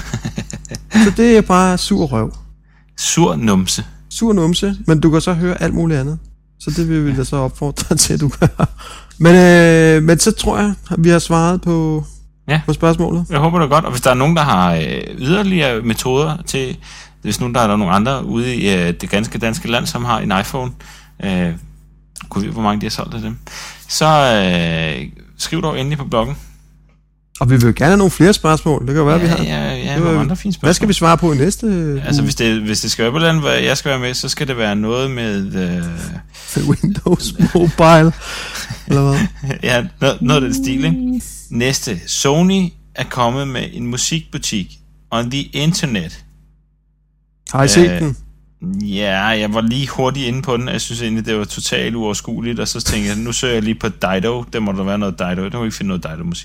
Så det er bare sur røv. Sur numse. Sur numse, men du kan så høre alt muligt andet. Så det vil vi da så opfordre til, at du gør. Men, øh, men så tror jeg, at vi har svaret på... Ja. På spørgsmålet. Jeg håber det godt, og hvis der er nogen, der har øh, yderligere metoder til, hvis nogen, der er der nogen andre ude i øh, det ganske danske land, som har en iPhone, øh, kunne vi hvor mange de har solgt af dem, så øh, skriv dog endelig på bloggen. Og vi vil jo gerne have nogle flere spørgsmål, det kan være, ja, vi har. Ja, ja, nogle andre fine spørgsmål. Hvad skal vi svare på i næste uge? Altså, hvis det, hvis det skal være på den, hvor jeg skal være med, så skal det være noget med... Øh, Windows Mobile, eller hvad? Ja, noget, noget af den stil, ikke? Næste. Sony er kommet med en musikbutik on the internet. Har I set den? Ja, jeg var lige hurtigt inde på den, og jeg synes egentlig, det var totalt uoverskueligt, og så tænkte jeg, nu søger jeg lige på Dido. Der må der være noget Dido. Der må ikke finde noget Dido-musik.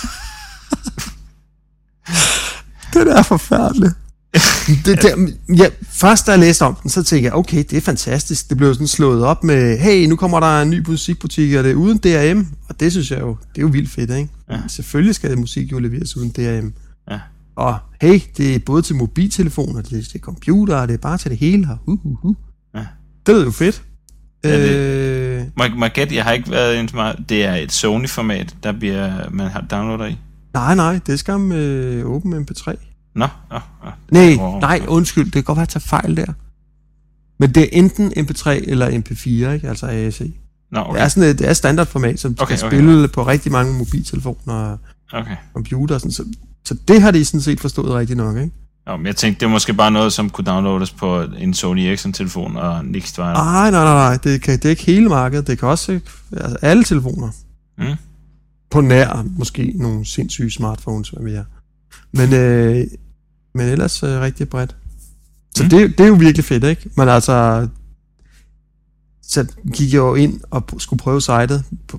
Det der er forfærdeligt. det, det, ja, først da jeg læste om den, så tænkte jeg, okay, det er fantastisk. Det blev sådan slået op med, hey, nu kommer der en ny musikbutik, og det er uden D R M. Og det synes jeg jo, det er jo vildt fedt, ikke? Ja. Selvfølgelig skal det musik jo leveres uden D R M. Ja. Og hey, det er både til mobiltelefoner, det er til computer, det er bare til det hele her. Uh, uh, uh. Ja. Det er jo fedt. Ja, det, øh, må, må jeg gætte, jeg har ikke været en meget, det er et Sony-format, der bliver, man har downloader i. Nej, nej, det skal med uh, Open M P tre. Nå, nå, nå. Nej, nej, undskyld, det kan godt være at tage fejl der. Men det er enten M P tre eller M P fire, ikke? Altså A A C. Nå, okay. Det er sådan et, det er standardformat, som okay, skal okay, spille okay. på rigtig mange mobiltelefoner og okay. computer. Sådan, så, så det har de sådan set forstået rigtig nok, ikke? Jo, men jeg tænkte, det er måske bare noget, som kunne downloades på en Sony Ericsson-telefon og niks var. Nej, nej, nej, nej. Det, kan, det er ikke hele markedet. Det kan også altså alle telefoner. Mm. På nær måske nogle sindssyge smartphones, hvad vi er. Men, øh, men ellers øh, rigtig bredt. Så mm. det, det er jo virkelig fedt, ikke? Men altså, så gik jeg jo ind og skulle prøve sitet på,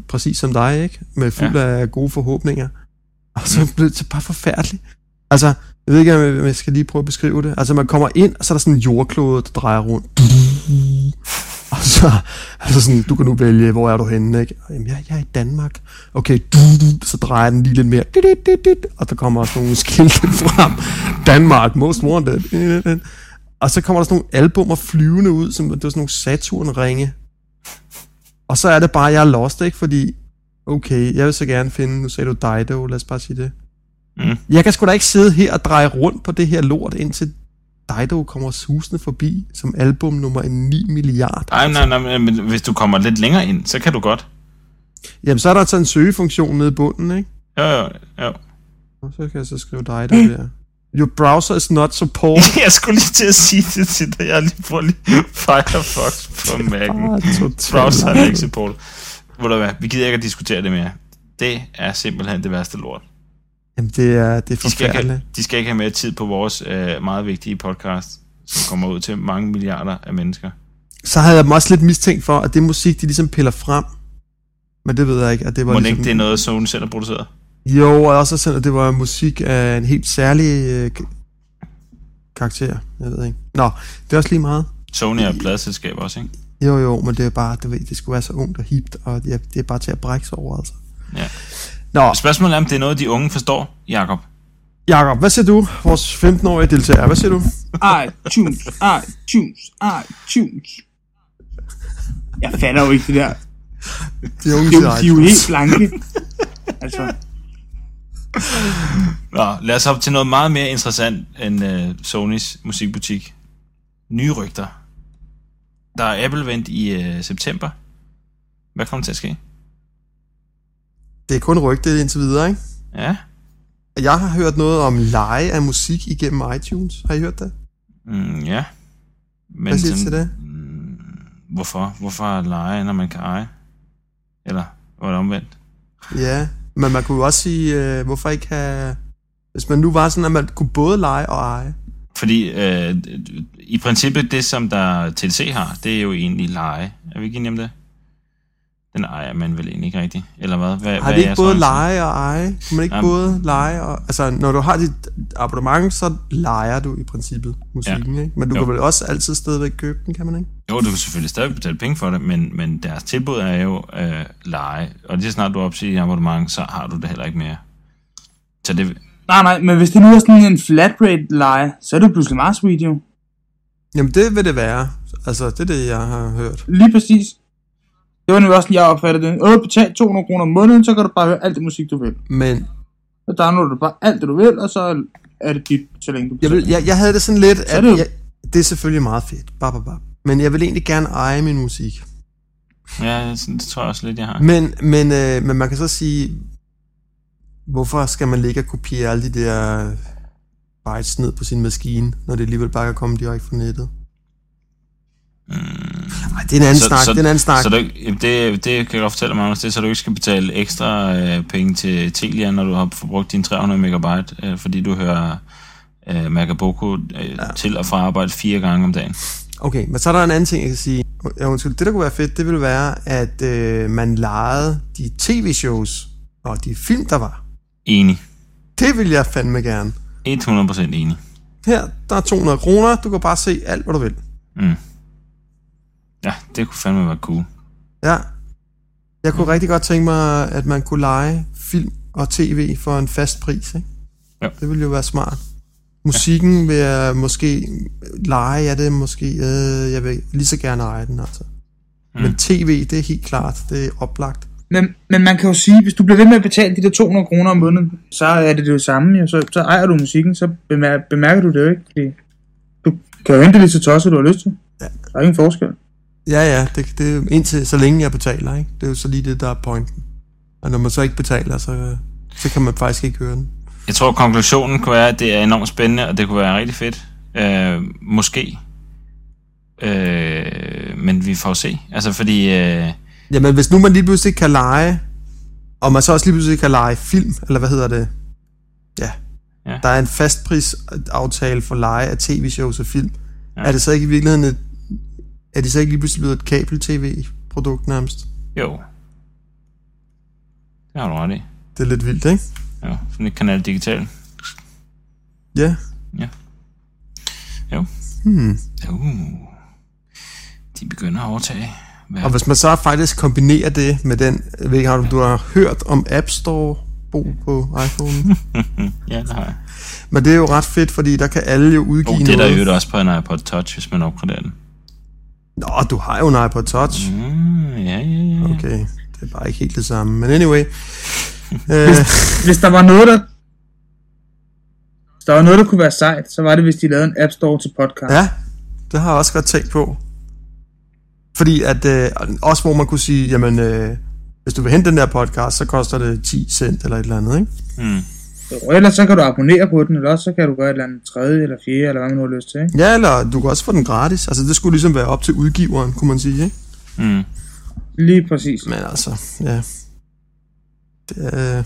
præcis som dig, ikke? Med fuld ja. af gode forhåbninger. Og så blev det bare forfærdeligt. Altså, jeg ved ikke, om jeg skal lige prøve at beskrive det. Altså, man kommer ind, og så er der sådan en jordklode, der drejer rundt. Og så, altså sådan, du kan nu vælge, hvor er du henne, ikke? Jamen, jeg, jeg er i Danmark. Okay, så drejer den lige lidt mere. Og der kommer også nogle skilte frem. Danmark, most wanted. Og så kommer der sådan nogle albumer flyvende ud, som det var sådan nogle Saturn-ringe. Og så er det bare, jeg er lost, ikke? Fordi, okay, jeg vil så gerne finde, nu sagde du Dido, lad os bare sige det. Mm. Jeg kan sgu da ikke sidde her og dreje rundt på det her lort, indtil Dido kommer susende forbi som album nummer ni milliard. Nej, nej, nej, men hvis du kommer lidt længere ind, så kan du godt. Jamen, så er der sådan en søgefunktion nede i bunden, ikke? Jo, jo, jo. Og så kan jeg så skrive Dido der. Your browser is not support. Jeg skulle lige til at sige det til dig. Jeg lige får lige Firefox på Mac'en. Ah, browser er ikke support. Ved du hvad, vi gider ikke at diskutere det mere. Det er simpelthen det værste lort. Jamen, det er, det er de skal, forfærdeligt. have, de skal ikke have mere tid på vores øh, meget vigtige podcast, som kommer ud til mange milliarder af mennesker. Så havde jeg dem også lidt mistænkt for, at det musik, de ligesom piller frem. Men det ved jeg ikke. At det var Må ligesom... ikke det er noget, Sony selv har produceret? Jo, og også sådan, at det var musik af en helt særlig øh, karakter. Jeg ved ikke. Nå, det er også lige meget. Sony er et pladeselskab også, ikke? Jo, jo, men det er bare, du ved, det skulle være så ungt og hipt, og ja, det er bare til at brække sig over, altså. Ja. Nå. Spørgsmålet er, om det er noget, de unge forstår, Jakob. Jakob, hvad siger du? Vores femten-årige deltager, hvad siger du? iTunes, iTunes, iTunes. Jeg fatter jo ikke det der. De unge de, de er jo helt blanke. Altså. Nå, lad os hoppe til noget meget mere interessant end uh, Sonys musikbutik. Nye rygter. Der er Apple-event i uh, september. Hvad kommer til at ske? Det er kun rygtet indtil videre, ikke? Ja. Jeg har hørt noget om leje af musik igennem iTunes. Har I hørt det? Mm, ja. Men hvad siger du til det? Mm, hvorfor? Hvorfor leje, når man kan eje? Eller var det omvendt? Ja, men man kunne jo også sige, øh, hvorfor ikke have... Hvis man nu var sådan, at man kunne både leje og eje. Fordi øh, i princippet, det som der T L C har, det er jo egentlig leje. Er vi ikke enige om det? Den ejer man vel egentlig ikke rigtigt, eller hvad? hvad har det ikke både leje og eje? Kan man ikke Jamen. både leje og... Altså, når du har dit abonnement, så lejer du i princippet musikken, ja. Ikke? Men du jo. Kan vel også altid stadigvæk købe den, kan man ikke? Jo, du kan selvfølgelig stadig betale penge for det, men, men deres tilbud er jo øh, leje. Og lige snart du opsiger dit abonnement, så har du det heller ikke mere. Så det... Nej, nej, men hvis det nu er sådan en flat rate leje, så er det pludselig meget sweet, jo. Jamen, det vil det være. Altså, det er det, jeg har hørt. Lige præcis. Det var nu også, jeg opfattede det. Åh, betal to hundrede kroner om måneden, så kan du bare høre alt det musik, du vil. Men... Så downloader du bare alt det, du vil, og så er det dit, så længe du jeg, vil, jeg, jeg havde det sådan lidt, at... Det, jeg, det er selvfølgelig meget fedt. Bap, bap, bap. Men jeg vil egentlig gerne eje min musik. Ja, det tror jeg også lidt, jeg har. Men, men, øh, men man kan så sige... Hvorfor skal man ligge og kopiere alle de der bytes ned på sin maskine, når det alligevel bare kan komme direkte fra nettet? Mm. Ej, det er en anden så, snak, så, det er en anden snak. Så du, det, det kan jeg godt fortælle mig, det, så du ikke skal betale ekstra øh, penge til Telia, når du har forbrugt dine tre hundrede megabyte, øh, fordi du hører øh, Magaboko øh, ja. til og fra arbejde fire gange om dagen. Okay, men så er der en anden ting, jeg kan sige. Ja, undskyld, det der kunne være fedt, det ville være, at øh, man lejede de tv-shows og de film, der var. Enig. Det vil jeg fandme gerne. hundrede procent enig. Her, der er to hundrede kroner, du kan bare se alt, hvad du vil. Mm. Ja, det kunne fandme være cool. Ja. Jeg kunne mm. rigtig godt tænke mig, at man kunne leje film og tv for en fast pris, ikke? Ja. Det ville jo være smart. Musikken ja. vil jeg måske leje, ja det er måske, øh, jeg vil lige så gerne eje den, altså. Mm. Men tv, det er helt klart, det er oplagt. Men, men man kan jo sige, hvis du bliver ved med at betale de der to hundrede kroner om måneden, så er det det jo samme, jo. Så, så ejer du musikken, så bemærker, bemærker du det jo ikke, fordi du kan jo hente lige så tosset, du har lyst til. Ja. Der er ingen forskel. Ja, ja, det, det er indtil så længe jeg betaler, ikke? Det er jo så lige det, der er pointen. Og når man så ikke betaler, så, så kan man faktisk ikke høre den. Jeg tror, konklusionen kunne være, at det er enormt spændende, og det kunne være rigtig fedt. Øh, måske. Øh, men vi får se. Altså, fordi... Øh, Jamen, hvis nu man lige pludselig kan lege, og man så også lige pludselig kan lege film, eller hvad hedder det? Ja. ja. Der er en fastprisaftale for leje af tv-shows og film. Ja. Er det så ikke i virkeligheden et, er det så ikke lige pludselig blevet et kabel-tv-produkt nærmest? Jo. Det har du ret i. Det er lidt vildt, ikke? Ja, sådan et kanal digital. Ja. Ja. Jo. Hmm. Uh. De begynder at overtage. Og hvis man så faktisk kombinerer det med den, jeg ved ikke, har du, du har hørt om App Store Bo på iPhone? Ja, det har jeg. Men det er jo ret fedt, fordi der kan alle jo udgive oh, noget. Det er der jo også på en iPod Touch, hvis man opgraderer den. Nå, du har jo en iPod Touch. Mm, ja, ja, ja. Okay, det er bare ikke helt det samme. Men anyway. hvis, hvis der var noget, der... Hvis der var noget, der kunne være sejt, så var det, hvis de lavede en App Store til podcast. Ja, det har jeg også godt tænkt på. Fordi at, øh, også hvor man kunne sige, jamen, øh, hvis du vil hente den der podcast, så koster det ti cent eller et eller andet, ikke? Mm. Og ellers så kan du abonnere på den, eller også så kan du gøre et eller andet tredje eller fjerde, eller hvad man nu har lyst til, ikke? Ja, eller du kan også få den gratis. Altså, det skulle ligesom være op til udgiveren, kunne man sige, ikke? Mm. Lige præcis. Men altså, ja. Det er,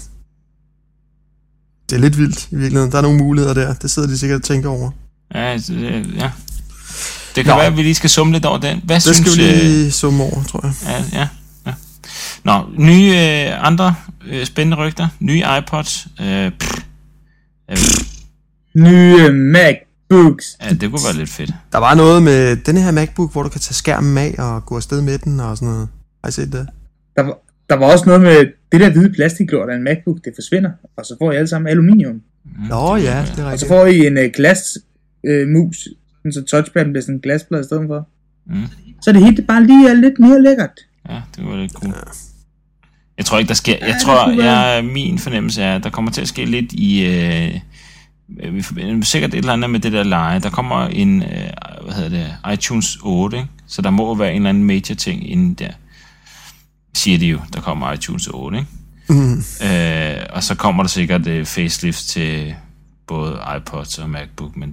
det er lidt vildt i virkeligheden. Der er nogle muligheder der. Det sidder de sikkert og tænker over. Ja, det, ja. Det kan Nå. være, at vi lige skal summe lidt over den. Hvad det synes, skal vi lige summe over, tror jeg. Ja, ja, ja. Nå, nye øh, andre øh, spændende rygter. Nye iPods. Øh, pff, øh, nye MacBooks. Ja, det kunne være lidt fedt. Der var noget med denne her MacBook, hvor du kan tage skærmen af og gå afsted med den og sådan noget. Har I set det? Der var, der var også noget med det der hvide plastiklort af en MacBook, det forsvinder. Og så får I alle sammen aluminium. Mm, Nå det ja, være. det er rigtigt. Og så får I en uh, glas uh, mus, så touchpadden bliver sådan en glasplade i stedet for. Mm. Så det hele det bare lige er lidt mere lækkert. Ja, det var lidt cool. Ja. Jeg tror ikke, der sker... Jeg Ja, tror, det kunne jeg, min fornemmelse er, at der kommer til at ske lidt i... Øh, vi forbinder sikkert et eller andet med det der leje. Der kommer en... Øh, hvad hedder det? iTunes otte, ikke? Så der må være en eller anden major ting inden der. Siger de jo, der kommer iTunes otte, ikke? Mm. Øh, og så kommer der sikkert øh, facelift til både iPods og MacBook, men...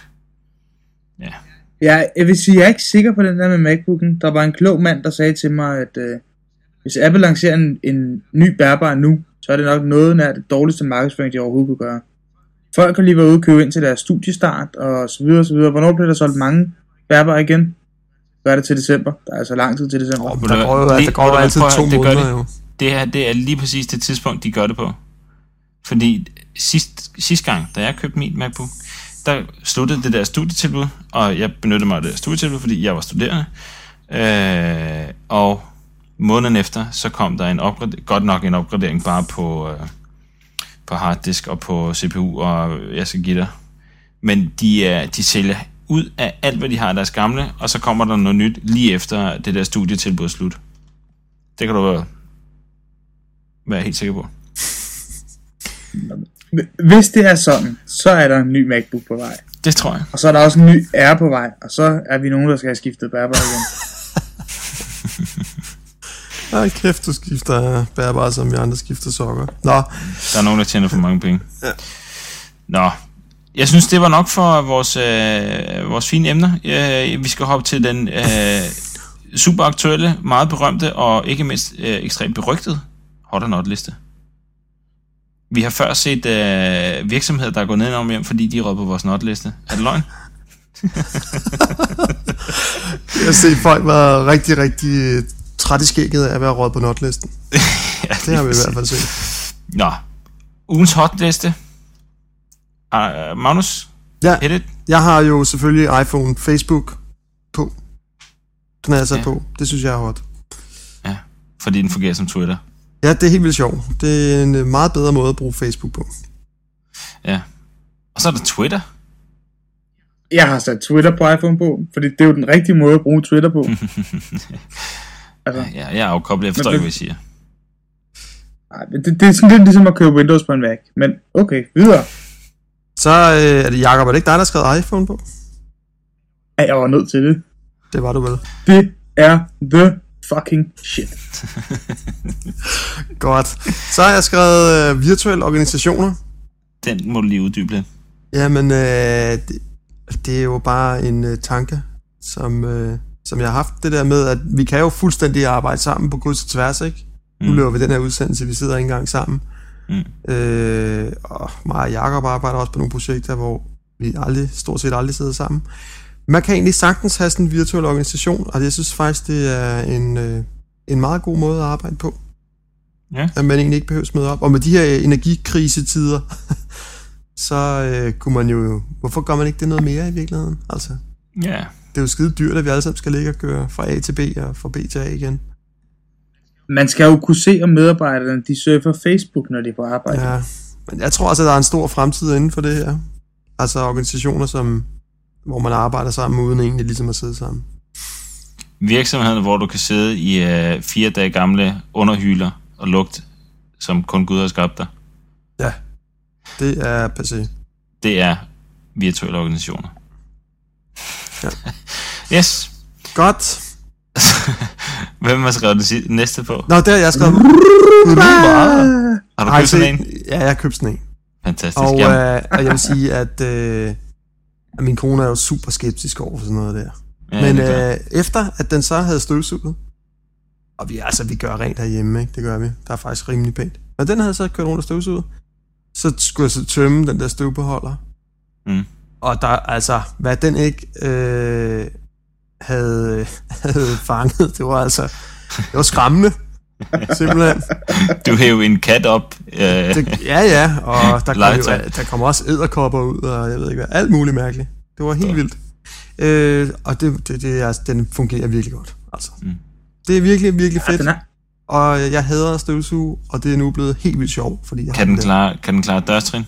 Ja... Ja, jeg vil sige, jeg er ikke sikker på den der med MacBooken. Der var en klog mand, der sagde til mig, at øh, hvis Apple lancerer en, en ny bærbar nu, så er det nok noget nær det dårligste markedsføring, de overhovedet kunne gøre. Folk kan lige være ude og købe ind til deres studiestart, og så videre og så videre. Hvornår bliver der solgt mange bærbarer igen? Hvad er det til december? Der er altså lang tid til december. Oh, der går jo, der går jo altid to det måneder, det. jo. Det her, det er lige præcis det tidspunkt, de gør det på. Fordi sidst, sidste gang, da jeg købte min MacBook, der sluttede det der studietilbud, og jeg benyttede mig af det der studietilbud, fordi jeg var studerende. Øh, og måneden efter, så kom der en opgradering, godt nok en opgradering bare på, øh, på harddisk og på C P U, og jeg skal give dig. Men de, er, de sælger ud af alt, hvad de har af deres gamle, og så kommer der noget nyt lige efter det der studietilbud er slut. Det kan du være, være helt sikker på. Hvis det er sådan, så er der en ny MacBook på vej. Det tror jeg. Og så er der også en ny Air på vej, og så er vi nogen, der skal have skiftet bærbar igen. Ej, kæft, du skifter bærbar, som vi andre skifter sokker. Nå. Der er nogen, der tjener for mange penge. Ja. Nå. Jeg synes, det var nok for vores, øh, vores fine emner. Øh, vi skal hoppe til den øh, super aktuelle, meget berømte og ikke mindst øh, ekstremt berygtede hot or not liste. Vi har før set øh, virksomheder, der er gået ned om hjem, fordi de er røget på vores not-liste. Er det løgn? Jeg har set folk være rigtig, rigtig træt i skægget af at være røget på not-listen. Ja, det har vi i hvert fald set. Nå, ugens hot-liste. Uh, Magnus? Ja, hit it. Jeg har jo selvfølgelig iPhone, Facebook på. Den er jeg sat ja. på. Det synes jeg er hot. Ja, fordi den fungerer som Twitter. Ja, det er helt vildt sjovt. Det er en meget bedre måde at bruge Facebook på. Ja. Og så er der Twitter. Jeg har sat Twitter på iPhone på, fordi det er jo den rigtige måde at bruge Twitter på. Altså. Ja, jeg er afkoblet. Jeg forstår ikke, hvad I siger. Nej, det, det er sådan lidt ligesom at købe Windows på en Mac. Men okay, videre. Så øh, er det Jacob, er det ikke dig, der har skrevet iPhone på? Ja, jeg var nødt til det. Det var du vel. Det er the fucking shit. Godt. Så har jeg skrevet øh, virtuelle organisationer. Den må du lige uddybe lidt. Jamen, øh, det, det er jo bare en øh, tanke, som, øh, som jeg har haft. Det der med, at vi kan jo fuldstændig arbejde sammen på kryds og tværs, ikke? Mm. Nu løber vi den her udsendelse, vi sidder ikke engang sammen. Mm. Øh, og mig og Jacob arbejder også på nogle projekter, hvor vi aldrig, stort set aldrig sidder sammen. Man kan egentlig sagtens have sådan en virtuel organisation, og jeg synes faktisk, det er en, øh, en meget god måde at arbejde på. Ja. At man egentlig ikke behøver at smide op. Og med de her energikrisetider, så øh, kunne man jo... Hvorfor gør man ikke det noget mere i virkeligheden? Altså, ja. Det er jo skide dyrt, at vi alle sammen skal ligge og køre fra A til B og fra B til A igen. Man skal jo kunne se, om medarbejderne de surfer Facebook, når de er på arbejde. Ja, men jeg tror også, at der er en stor fremtid inden for det her. Altså organisationer, som, hvor man arbejder sammen, uden egentlig ligesom at sidde sammen. Virksomheder, hvor du kan sidde i uh, fire dage gamle underhyler og lugte, som kun Gud har skabt dig. Ja, det er passé. Det er virtuelle organisationer. Ja. Yes. Godt. Hvem har skrevet det næste på? Nå, der jeg skrevet. Har du købt sådan en? Ja, jeg har købt sådan en. Fantastisk. Og, øh, og jeg vil sige, at, øh, at min kone er jo super skeptisk over for sådan noget der. Ja, men øh, efter at den så havde støvsuget, og vi, altså, vi gør rent herhjemme, ikke? Det gør vi. Der er faktisk rimelig pænt. Og den havde så kørt rundt og støvsuget, så skulle jeg så tømme den der støvbeholder. Mm. Og der, altså, hvad den ikke øh, havde, havde fanget, det var altså, det var skræmmende. Simpelthen. Du hævde en kat op. Øh, det, ja, ja, og der kom, jo, der kom også edderkopper ud, og jeg ved ikke hvad, alt muligt mærkeligt. Det var helt vildt. Øh, og det, det, det, altså, den fungerer virkelig godt. Altså. Mm. Det er virkelig, virkelig fedt. Ja, og jeg hader at støvsuge, og det er nu blevet helt vildt sjovt. Fordi jeg kan, den klare, kan den klare dørtrin?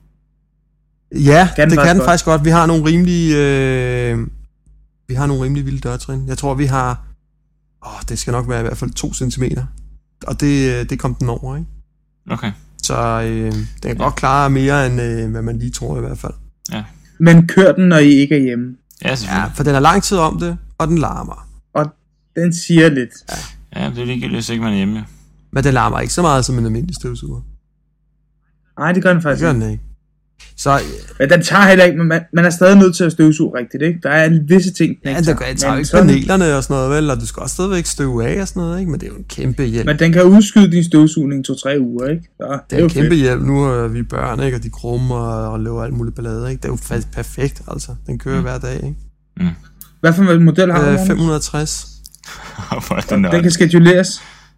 Ja, kan det kan den faktisk godt. Vi har nogle rimelig, øh, vi har nogle rimelig vilde dørtrin. Jeg tror, vi har, åh, det skal nok være i hvert fald to centimeter. Og det, det kom den over, ikke? Okay. Så øh, den kan ja. godt klare mere, end øh, hvad man lige tror i hvert fald. Ja. Men kør den, når I ikke er hjemme. Ja, selvfølgelig. Ja, for den er lang tid om det, og den larmer. Og den siger lidt. Ja, ja det er ligegyldigt, hvis ikke man er hjemme. Men den larmer ikke så meget som en almindelig støvsuger. Nej, det gør den faktisk det gør den ikke. Så, men den tager heller ikke, men man, man er stadig nødt til at støvsuge rigtigt, ikke? Der er en visse ting, den ja, der tager. tager jo ikke panelerne og sådan noget, vel? Og du skal også stadigvæk støve af og sådan noget, ikke? Men det er jo en kæmpe hjælp. Men den kan udskyde din støvsugning to-tre uger, ikke? Så, det, det er jo en kæmpe fedt. hjælp. Nu er vi børn, ikke? Og de krummer og laver alt muligt ballade, ikke? Det er jo faktisk perfekt, altså. Den kører mm. hver dag, ikke? Mm. Hvad for en model har du? Øh, fem hundrede og tres. Den kan scheduleres.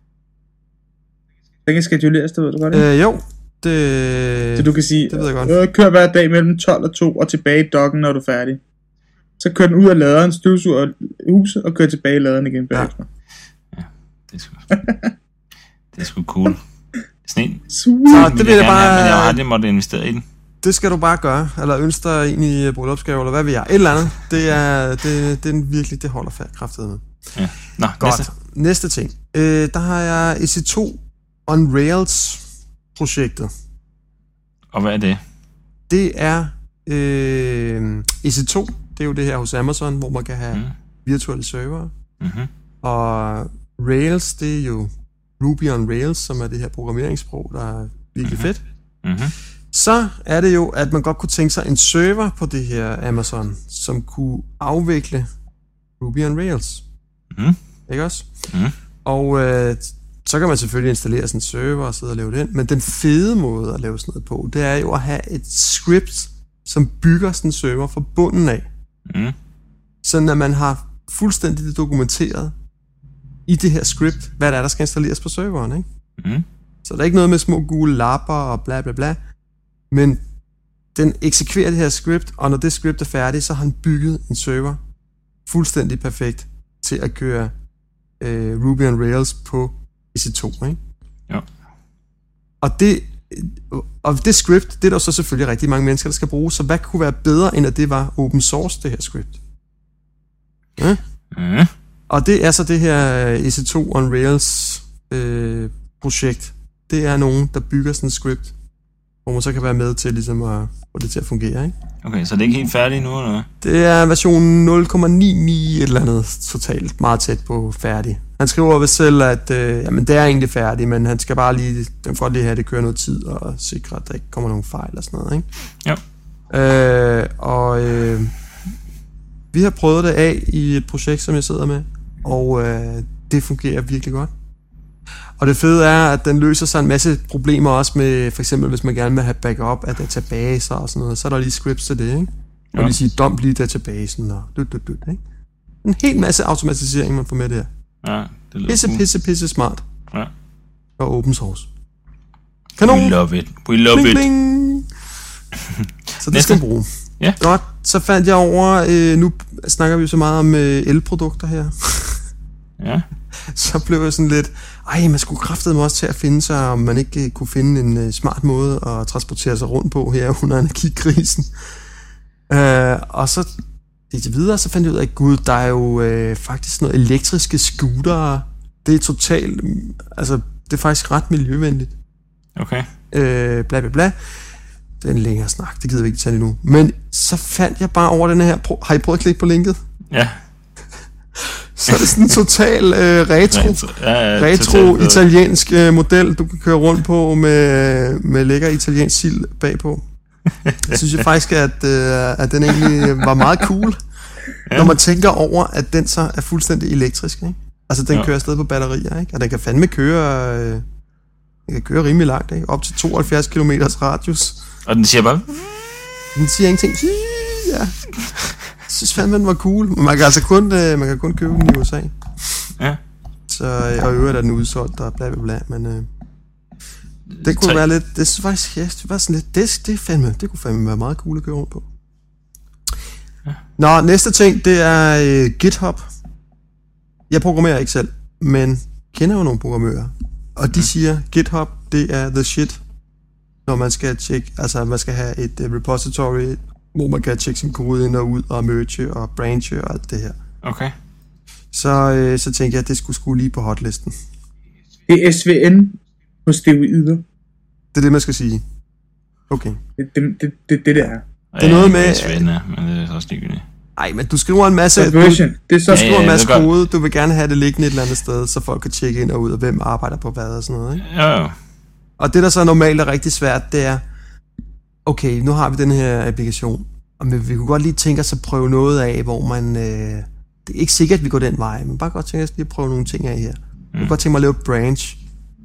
Den kan scheduleres, det ved du godt, ikke? Øh, jo. Det, så du kan sige, det ved jeg godt. Øh, kør hver dag mellem tolv og to og tilbage i dokken, når du er færdig. Så kør den ud af laderen, støvsuger huset og kør tilbage i laderen igen bagefter. Ja. Ja, det er sgu, det er sgu cool. Sådan en. Så det vil jeg bare... Have, men jeg har aldrig måttet investere i den. Det skal du bare gøre, eller ønske dig ind i bryllupsgave, eller hvad vil jeg. Et eller andet. Det er, det, det er virkelig, det holder færd kraftigt med. Ja. Nå, godt. Næste, næste ting. Øh, der har jeg E C to on Rails projektet. Og hvad er det? Det er øh, E C to, det er jo det her hos Amazon, hvor man kan have mm. virtuelle servere. Mm-hmm. Og Rails, det er jo Ruby on Rails, som er det her programmeringssprog, der er virkelig mm-hmm. fedt. Mm-hmm. Så er det jo, at man godt kunne tænke sig en server på det her Amazon, som kunne afvikle Ruby on Rails. Mm. Ikke også? Mm. Og øh, så kan man selvfølgelig installere sådan en server og sidde og lave det ind. Men den fede måde at lave sådan noget på, det er jo at have et script, som bygger sådan en server fra bunden af. Mm. Sådan at man har fuldstændig dokumenteret i det her script, hvad der er, der skal installeres på serveren, ikke? Mm. Så der er ikke noget med små gule lapper og bla bla bla. Men den eksekverer det her script, og når det script er færdigt, så har han bygget en server fuldstændig perfekt til at køre øh, Ruby on Rails på E C to, ikke? Ja. Og det, og det script, det er der så selvfølgelig rigtig mange mennesker, der skal bruge, så hvad kunne være bedre, end at det var open source, det her script? Ja? Mm. Og det er så det her E C to on Rails øh, projekt. Det er nogen, der bygger sådan et script, hvor man så kan være med til ligesom at få det til at fungere, ikke? Okay, så det er ikke helt færdigt nu, eller hvad? Det er version nul komma ni ni et eller andet totalt, meget tæt på færdig. Han skriver ved selv, at øh, jamen, det er egentlig færdigt, men han skal bare lige, den kan godt lige have, at det kører noget tid og sikre, at der ikke kommer nogen fejl og sådan noget, ikke? Ja. Øh, og øh, vi har prøvet det af i et projekt, som jeg sidder med, og øh, det fungerer virkelig godt. Og det fede er, at den løser sig en masse problemer også med, for eksempel hvis man gerne vil have backup af databaser og sådan noget, så er der lige scripts til det, ikke? Og ja. Lige sige, dump lige databasen og dut, dut, dut, ikke? En hel masse automatisering, man får med det her. Ja, det lyder Pisse, cool. pisse, pisse smart. Ja. og open source. Kanon! We love it. We love bling, it. Bling. Så det skal man bruge. Ja. Godt, så fandt jeg over, øh, nu snakker vi jo så meget om øh, elprodukter her. Ja. Så blev jeg sådan lidt, ej, man skulle kraftedeme også til at finde sig, om man ikke kunne finde en uh, smart måde at transportere sig rundt på her under energikrisen. Uh, og så lidt videre, så fandt jeg ud af, gud, der er jo uh, faktisk noget elektriske scootere. Det er totalt, altså, det er faktisk ret miljøvenligt. Okay. Uh, bla bla bla. Det er en længere snak, det gider vi ikke tage endnu. Men så fandt jeg bare over den her, har I prøvet at klikke på linket? Ja. Så er det sådan en total øh, retro, retro, ja, ja, retro italiensk øh, model, du kan køre rundt på med, med lækker italiensk sild bagpå. Jeg synes jeg faktisk, at, øh, at den egentlig var meget cool, ja. Når man tænker over, at den så er fuldstændig elektrisk. Ikke? Altså den ja. kører afsted på batterier, ikke? Og den kan fandme køre, øh, den kan køre rimelig langt, ikke? Op til tooghalvfjerds kilometers radius. Og den siger bare... Den siger ingenting. Ja. Jeg synes fandme, den var cool. Man kan altså kun, øh, man kan kun købe den i U S A. Ja. Så, og i øvrigt er den udsolgt, og bla bla bla, men øh, det kunne Tre. være lidt, det synes faktisk, ja, det var sådan lidt, det, det, fandme, det kunne fandme være meget cool at køre rundt på. Ja. Nå, næste ting, det er øh, GitHub. Jeg programmerer ikke selv, men kender jo nogle programmører, og de ja. siger, GitHub, det er the shit, når man skal tjekke, altså man skal have et uh, repository, hvor man kan tjekke sin kode ind og ud, og merge og branche og alt det her. Okay. Så, øh, så tænkte jeg, at det skulle skulle lige på hotlisten. Det er S V N på steroider. Det er det, man skal sige. Okay. Det er det, det, det, det, der er. Det er noget med... S V N er, men det er også ligegyldigt. Ej, men du skriver en masse... Du, det er så du skriver ja, ja, en masse kode, du vil gerne have det liggende et eller andet sted, så folk kan tjekke ind og ud, og hvem arbejder på hvad og sådan noget, ikke? Ja, jo. Og det, der så normalt er rigtig svært, det er... Okay, nu har vi den her applikation, og vi, vi kunne godt lige tænke os at prøve noget af, hvor man... Øh, det er ikke sikkert, at vi går den vej, men bare godt tænke os lige at prøve nogle ting af her. Mm. Jeg kunne godt tænke mig at lave et branch.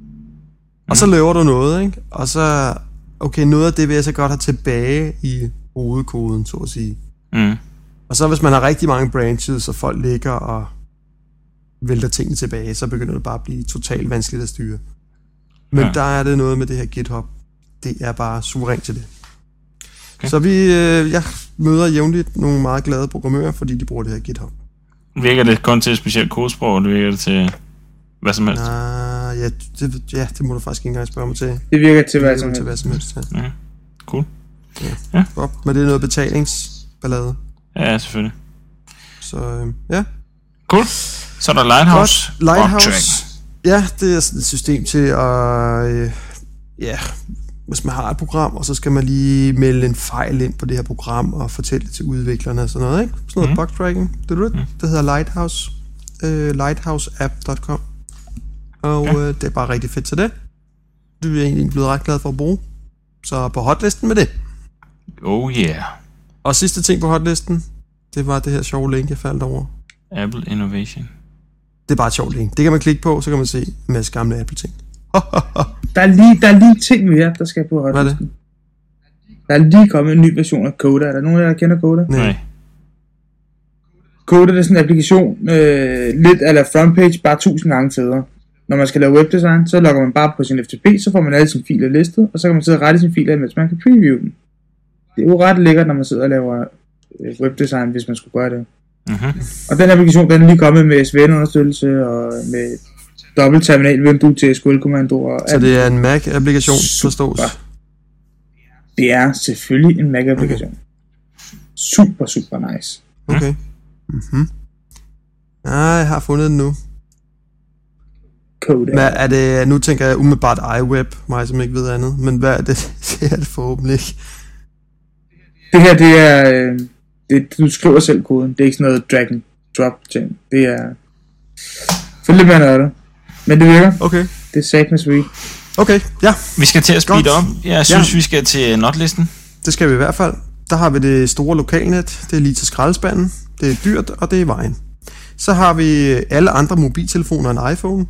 Og så laver du noget, ikke? Og så... Okay, noget af det vil jeg så godt have tilbage i hovedkoden, så at sige. Mm. Og så hvis man har rigtig mange branches, så folk ligger og vælter tingene tilbage, så begynder det bare at blive totalt vanskeligt at styre. Men ja. Der er det noget med det her GitHub. Det er bare suverænt til det. Okay. Så vi, øh, jeg møder jævnligt nogle meget glade programmører, fordi de bruger det her GitHub. Virker det kun til et specielt kodesprog, eller virker det til hvad som helst? Nej, ja, det, ja, det må du faktisk ikke engang spørge mig til. Det virker til, det hvad, som til hvad som helst. Ja. Ja. Cool. Ja. Ja. Op, men det er noget betalingsballade. Ja, selvfølgelig. Så øh, ja. Cool. Så er der Lighthouse. Godt. Lighthouse. Ja, det er sådan et system til at... Øh, ja, hvis man har et program, og så skal man lige melde en fejl ind på det her program, og fortælle det til udviklerne og sådan noget, ikke? Sådan noget mm. bug tracking. Det, det, det hedder Lighthouse. Uh, lighthouse app punktum com. Og okay. uh, det er bare rigtig fedt til det. Det er jeg egentlig blevet ret glad for at bruge. Så på hotlisten med det. Oh yeah. Og sidste ting på hotlisten, det var det her sjove link, jeg faldt over. Apple Innovation. Det er bare et sjovt link. Det kan man klikke på, så kan man se en masse gamle Apple-ting. der, er lige, der er lige ting mere, der skal på hotlisten. Hvad er det? Der er lige kommet en ny version af Coda. Er der nogen af jer, der kender Coda? Nej. Coda, det er sådan en applikation, øh, lidt eller frontpage, bare tusind gange federe. Når man skal lave webdesign, så logger man bare på sin F T P, så får man alle sine filer listet, og så kan man sidde og rette sine filer, mens man kan preview dem. Det er jo ret lækkert, når man sidder og laver webdesign, hvis man skulle gøre det. Mm-hmm. Og den applikation, den er lige kommet med S V N-understøttelse, og med dobbelt terminalvindue til S Q L-kommandoer. Så det er en Mac-applikation, forstås? Det er selvfølgelig en Mac-applikation. Okay. Super, super nice. Okay. Mhm. Ah, jeg har fundet den nu. Coda. Hvad er det, nu tænker jeg umiddelbart iWeb, mig som ikke ved andet, men hvad er det? Det er det forhåbentlig ikke. Det her, det er, det, du skriver selv koden, det er ikke sådan noget drag and drop ting, det er for lidt mere nørdet, men det virker. Okay. Det er satme sweet. Okay, ja. Vi skal til at speede op. Jeg synes, ja. vi skal til notlisten. Det skal vi i hvert fald. Der har vi det store lokalnet, det er lige til skraldespanden, det er dyrt, og det er vejen. Så har vi alle andre mobiltelefoner end iPhone.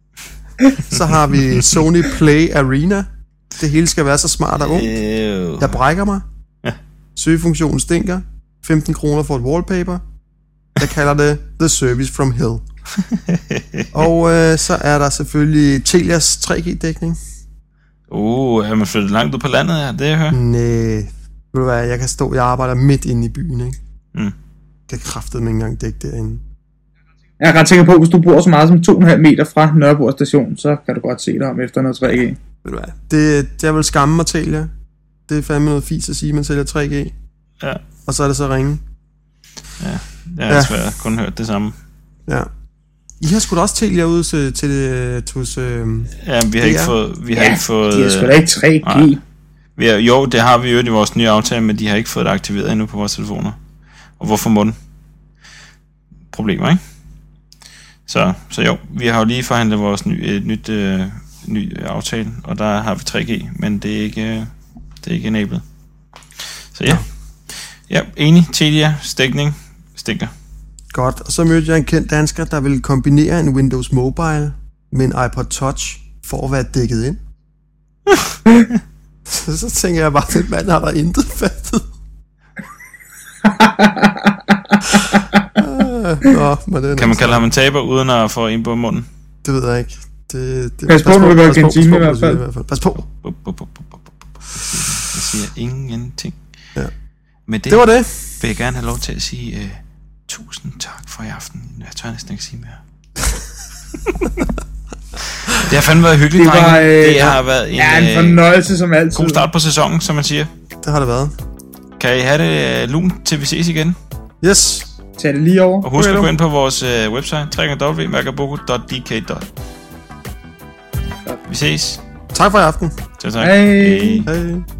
Så har vi Sony Play Arena. Det hele skal være så smart og ungt. Jeg brækker mig. Ja. Søgefunktionen stinker. femten kroner for et wallpaper. Jeg kalder det The Service from Hell. Og øh, så er der selvfølgelig Telias tre G-dækning. Uh, er man flyttet langt ud på landet, ja? Det jeg hører. Næh, ved du hvad, jeg kan stå, jeg arbejder midt inde i byen, ikke? Mm. Kan kraftedeme ikke engang dække derinde. Jeg er ret sikker på, at hvis du bor så meget som to komma fem meter fra Nørrebro station, så kan du godt se dig om efter noget tre G. Ved du hvad, det, jeg vil skamme mig til, ja. Det er fandme noget fis at sige, at man sælger tre G. Ja. Og så er det så ringe. Ja, jeg har ja. desværre kun hørt det samme. Ja. I har sgu da også Telia ude til, til, til hos... Øh, ja, vi har ikke fået... Vi har ja, ikke fået de har sgu da ikke tre G. Nej. Vi har, jo, det har vi jo i vores nye aftale, men de har ikke fået det aktiveret endnu på vores telefoner. Og hvorfor må den? Problemer, ikke? Så, så jo, vi har jo lige forhandlet vores ny, et nyt øh, ny aftale, og der har vi tre G, men det er ikke, øh, det er ikke enabled. Så ja. Ja, enig. Telia, stikning, stikker. Godt, og så mødte jeg en kendt dansker, der ville kombinere en Windows Mobile med en iPod Touch for at være dækket ind. så, så tænker jeg bare, at den mand har der intet fattet. Nå, men det kan man kalde ham en taber uden at få en på munden? Det ved jeg ikke. Det, det, pas, pas på, når du går i kantine i hvert fald. Pas på. Jeg siger ingenting. Ja. Med det, det var det. Vil jeg gerne have lov til at sige uh, tusind tak for i aften. Jeg tør næsten ikke sige mere. Det har fandme været hyggeligt, det, var, øh, det har været en, ja, en fornøjelse som altid. God start på sæsonen, som man siger. Det har det været. Kan I have det uh, lunt til vi ses igen? Yes. Tag det lige over. Og husk okay, at gå ind på vores uh, website, w w w punktum magaboko punktum d k. Vi ses. Tak for i aften. Tak, tak. Hej. Hej.